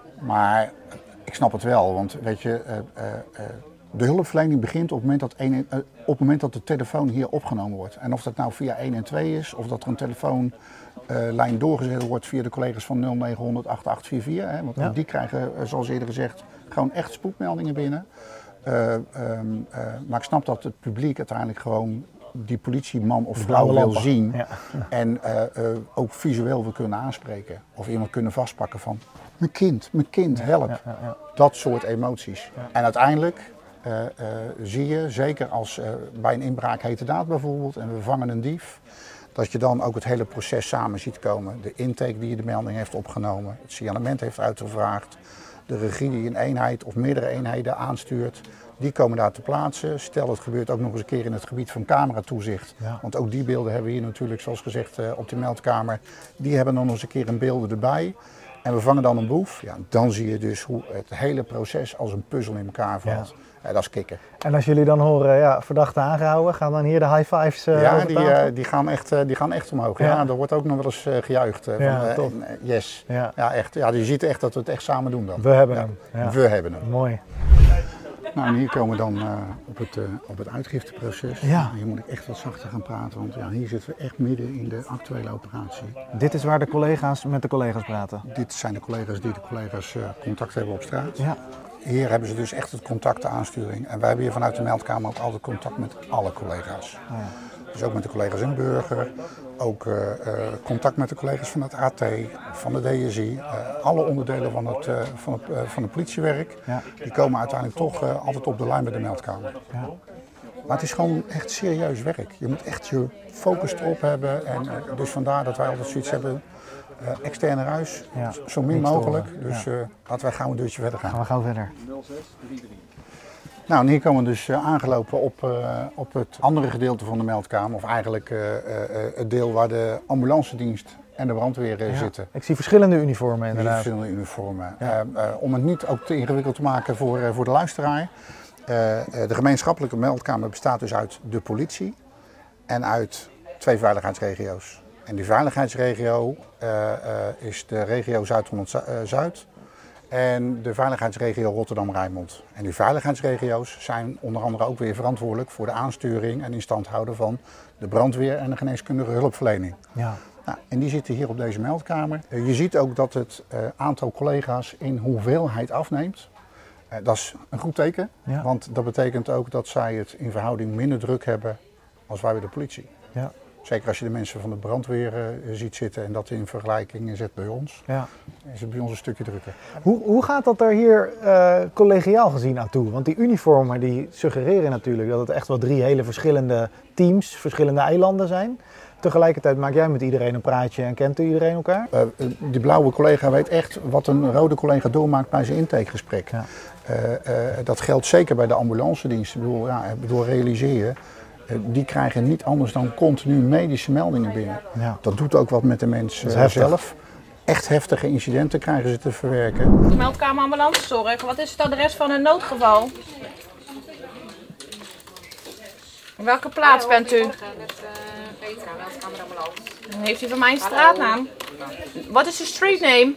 [SPEAKER 1] Maar ik snap het wel, want weet je, uh, uh, uh, de hulpverlening begint op het, moment dat een, uh, op het moment dat de telefoon hier opgenomen wordt. En of dat nou via een en twee is, of dat er een telefoonlijn uh, doorgezet wordt via de collega's van nul negen honderd acht acht vier vier. Hè, want ja. die krijgen, uh, zoals eerder gezegd, gewoon echt spoedmeldingen binnen. Uh, um, uh, maar ik snap dat het publiek uiteindelijk gewoon die politieman of vrouw wil zien. Ja. En uh, uh, ook visueel wil kunnen aanspreken. Of iemand kunnen vastpakken van, mijn kind, mijn kind, help. Ja, ja, ja. Dat soort emoties. Ja. En uiteindelijk uh, uh, zie je, zeker als uh, bij een inbraak hete daad bijvoorbeeld, en we vangen een dief, dat je dan ook het hele proces samen ziet komen. De intake die de melding heeft opgenomen, het signalement heeft uitgevraagd, de regie die een eenheid of meerdere eenheden aanstuurt, die komen daar te plaatsen. Stel, het gebeurt ook nog eens een keer in het gebied van cameratoezicht. Ja. Want ook die beelden hebben we hier natuurlijk, zoals gezegd, op de meldkamer. Die hebben dan nog eens een keer een beelden erbij. En we vangen dan een boef. Ja, dan zie je dus hoe het hele proces als een puzzel in elkaar valt. Ja. Ja, dat is kicken.
[SPEAKER 2] En als jullie dan horen, ja, verdachte aangehouden, gaan dan hier de high fives uh,
[SPEAKER 1] Ja, die, uh, die, gaan echt, uh, die gaan echt omhoog. Ja. Ja, er wordt ook nog wel eens uh, gejuicht. Uh,
[SPEAKER 2] ja,
[SPEAKER 1] van, uh, yes. Ja. Ja, echt. Ja, je ziet echt dat we het echt samen doen dan.
[SPEAKER 2] We hebben
[SPEAKER 1] ja.
[SPEAKER 2] hem. Ja.
[SPEAKER 1] We hebben hem.
[SPEAKER 2] Mooi.
[SPEAKER 1] Nou, en hier komen we dan uh, op, het, uh, op het uitgifteproces.
[SPEAKER 2] Ja.
[SPEAKER 1] Hier moet ik echt wat zachter gaan praten, want ja, hier zitten we echt midden in de actuele operatie.
[SPEAKER 2] Dit is waar de collega's met de collega's praten?
[SPEAKER 1] Dit zijn de collega's die de collega's uh, contact hebben op straat.
[SPEAKER 2] Ja.
[SPEAKER 1] Hier hebben ze dus echt het contact, de aansturing. En wij hebben hier vanuit de meldkamer ook altijd contact met alle collega's. Oh ja. Dus ook met de collega's in Burger, ook uh, uh, contact met de collega's van het A T, van de D S I. Uh, alle onderdelen van het, uh, van het, uh, van het politiewerk, ja. die komen uiteindelijk toch uh, altijd op de lijn bij de meldkamer. Ja. Maar het is gewoon echt serieus werk. Je moet echt je focus erop hebben. En uh, dus vandaar dat wij altijd zoiets hebben, uh, externe ruis, ja. zo min mogelijk. Dus ja. uh, laten wij gauw een deurtje verder gaan.
[SPEAKER 2] Gaan we gauw verder.
[SPEAKER 1] Nou, en hier komen we dus uh, aangelopen op, uh, op het andere gedeelte van de meldkamer. Of eigenlijk uh, uh, het deel waar de ambulancedienst en de brandweer uh, ja. zitten.
[SPEAKER 2] Ik zie verschillende uniformen inderdaad.
[SPEAKER 1] Verschillende uniformen. Ja. Uh, uh, om het niet ook te ingewikkeld te maken voor, uh, voor de luisteraar. Uh, uh, de gemeenschappelijke meldkamer bestaat dus uit de politie en uit twee veiligheidsregio's. En die veiligheidsregio uh, uh, is de regio Zuid-Holland-Zuid. En de veiligheidsregio Rotterdam-Rijnmond. En die veiligheidsregio's zijn onder andere ook weer verantwoordelijk voor de aansturing en instandhouden van de brandweer en de geneeskundige hulpverlening. Ja. Nou, en die zitten hier op deze meldkamer. Uh, je ziet ook dat het uh, aantal collega's in hoeveelheid afneemt. Uh, dat is een goed teken, ja. want dat betekent ook dat zij het in verhouding minder druk hebben als wij bij de politie. Ja. Zeker als je de mensen van de brandweer uh, ziet zitten en dat in vergelijking zet bij ons, ja. is het bij ons een stukje drukker.
[SPEAKER 2] Hoe, hoe gaat dat er hier uh, collegiaal gezien aan toe? Want die uniformen die suggereren natuurlijk dat het echt wel drie hele verschillende teams, verschillende eilanden zijn. Tegelijkertijd maak jij met iedereen een praatje en kent iedereen elkaar?
[SPEAKER 1] Uh, die blauwe collega weet echt wat een rode collega doormaakt bij zijn intakegesprek. Ja. Uh, uh, dat geldt zeker bij de ambulancedienst. Ik bedoel, ja, ik bedoel realiseer je. Die krijgen niet anders dan continu medische meldingen binnen. Ja. Dat doet ook wat met de mens uh, zelf. Echt heftige incidenten krijgen ze te verwerken.
[SPEAKER 8] Meldkamer ambulancezorg, wat is het adres van een noodgeval? In welke plaats bent u?
[SPEAKER 9] Petra, meldkamer ambulance.
[SPEAKER 8] Heeft u van mij een straatnaam? Wat is de street name?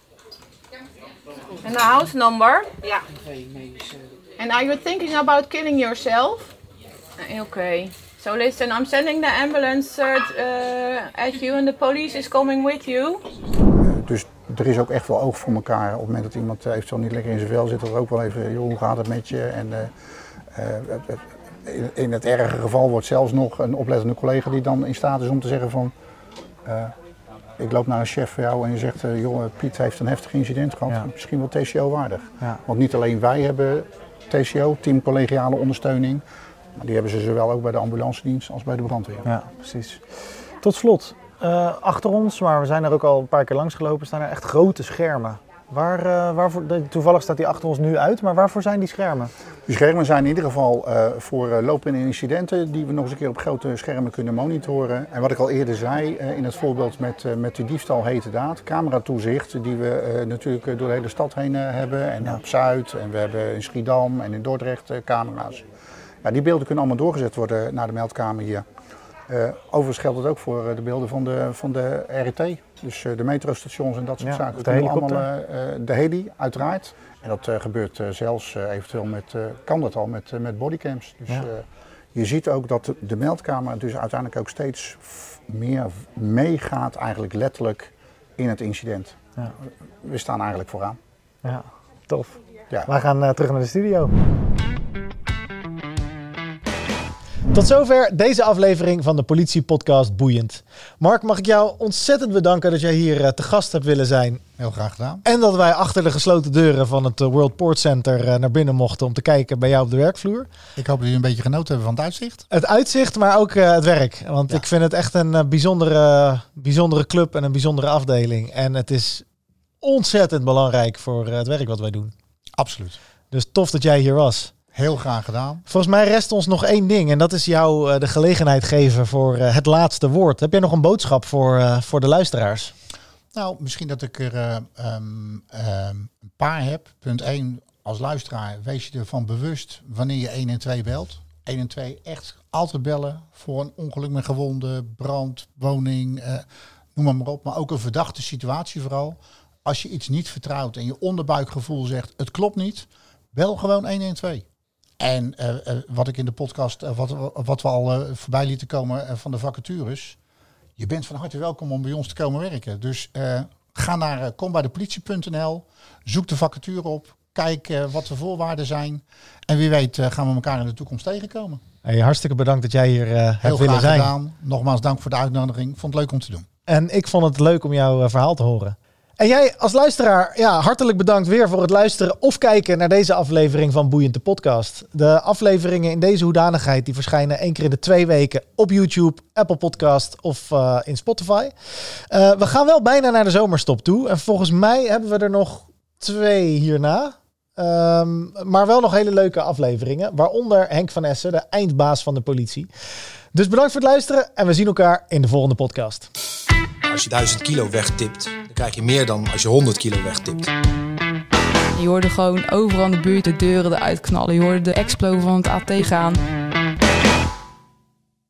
[SPEAKER 8] En de house number?
[SPEAKER 9] Ja.
[SPEAKER 8] And are you thinking about killing yourself? Oké. Okay. So listen, I'm sending the ambulance uh, at you and the police is coming with you.
[SPEAKER 1] Uh, dus er is ook echt wel oog voor elkaar. Op het moment dat iemand uh, eventueel niet lekker in zijn vel zit, er ook wel even, joh, hoe gaat het met je? En uh, uh, in, in het erge geval wordt zelfs nog een oplettende collega die dan in staat is om te zeggen van, uh, ik loop naar een chef van jou en je zegt, uh, joh, Piet heeft een heftig incident gehad, ja. misschien wel T C O waardig. Ja. Want niet alleen wij hebben T C O, team collegiale ondersteuning. Maar die hebben ze zowel ook bij de ambulancedienst als bij de brandweer.
[SPEAKER 2] Ja, precies. Tot slot, uh, achter ons, maar we zijn er ook al een paar keer langs gelopen, staan er echt grote schermen. Waar, uh, waarvoor, toevallig staat die achter ons nu uit, maar waarvoor zijn die schermen?
[SPEAKER 1] Die schermen zijn in ieder geval uh, voor uh, lopende incidenten die we nog eens een keer op grote schermen kunnen monitoren. En wat ik al eerder zei uh, in het voorbeeld met, uh, met die diefstal hete daad, cameratoezicht die we uh, natuurlijk uh, door de hele stad heen uh, hebben. En ja. op Zuid en we hebben in Schiedam en in Dordrecht uh, camera's. Ja, die beelden kunnen allemaal doorgezet worden naar de meldkamer hier. Uh, overigens geldt het ook voor uh, de beelden van de, van de R I T. Dus uh, de metrostations en dat soort
[SPEAKER 2] ja,
[SPEAKER 1] zaken.
[SPEAKER 2] De helikopter.
[SPEAKER 1] Allemaal, uh, de heli, uiteraard. En dat uh, gebeurt uh, zelfs uh, eventueel met, uh, kan dat al met, uh, met bodycams. Dus ja. uh, je ziet ook dat de, de meldkamer dus uiteindelijk ook steeds f- meer meegaat eigenlijk letterlijk in het incident. Ja. We staan eigenlijk vooraan.
[SPEAKER 2] Ja, tof.
[SPEAKER 1] Ja.
[SPEAKER 2] We gaan uh, terug naar de studio. Tot zover deze aflevering van de politiepodcast Boeiend. Mark, mag ik jou ontzettend bedanken dat jij hier uh, te gast hebt willen zijn.
[SPEAKER 1] Heel graag gedaan.
[SPEAKER 2] En dat wij achter de gesloten deuren van het uh, World Port Center uh, naar binnen mochten om te kijken bij jou op de werkvloer.
[SPEAKER 1] Ik hoop dat jullie een beetje genoten hebben van het uitzicht.
[SPEAKER 2] Het uitzicht, maar ook uh, het werk. Want ja. ik vind het echt een uh, bijzondere, bijzondere club en een bijzondere afdeling. En het is ontzettend belangrijk voor uh, het werk wat wij doen.
[SPEAKER 1] Absoluut.
[SPEAKER 2] Dus tof dat jij hier was.
[SPEAKER 1] Heel graag gedaan.
[SPEAKER 2] Volgens mij rest ons nog één ding. En dat is jou uh, de gelegenheid geven voor uh, het laatste woord. Heb jij nog een boodschap voor, uh, voor de luisteraars?
[SPEAKER 1] Nou, misschien dat ik er uh, um, um, een paar heb. Punt één, als luisteraar, wees je ervan bewust wanneer je één en twee belt. één en twee echt altijd bellen voor een ongeluk met gewonden, brand, woning, uh, noem maar, maar op. Maar ook een verdachte situatie vooral. Als je iets niet vertrouwt en je onderbuikgevoel zegt, het klopt niet, bel gewoon één en twee. En uh, uh, wat ik in de podcast, uh, wat, wat we al uh, voorbij lieten komen uh, van de vacatures. Je bent van harte welkom om bij ons te komen werken. Dus uh, ga naar uh, kom bij de politie punt n l. Zoek de vacature op. Kijk uh, wat de voorwaarden zijn. En wie weet uh, gaan we elkaar in de toekomst tegenkomen.
[SPEAKER 2] Hey, hartstikke bedankt dat jij hier uh, hebt
[SPEAKER 1] Heel
[SPEAKER 2] willen zijn.
[SPEAKER 1] Heel graag gedaan. Nogmaals dank voor de uitnodiging. Vond het leuk om te doen.
[SPEAKER 2] En ik vond het leuk om jouw uh, verhaal te horen. En jij als luisteraar, ja, hartelijk bedankt weer voor het luisteren of kijken naar deze aflevering van Boeiend de Podcast. De afleveringen in deze hoedanigheid die verschijnen één keer in de twee weken op YouTube, Apple Podcast of uh, in Spotify. Uh, we gaan wel bijna naar de zomerstop toe. En volgens mij hebben we er nog twee hierna. Um, maar wel nog hele leuke afleveringen. Waaronder Henk van Essen, de eindbaas van de politie. Dus bedankt voor het luisteren en we zien elkaar in de volgende podcast.
[SPEAKER 3] Als je duizend kilo wegtipt, dan krijg je meer dan als je honderd kilo wegtipt.
[SPEAKER 4] Je hoorde gewoon overal in de buurt de deuren eruit knallen. Je hoorde de explo van het A T gaan.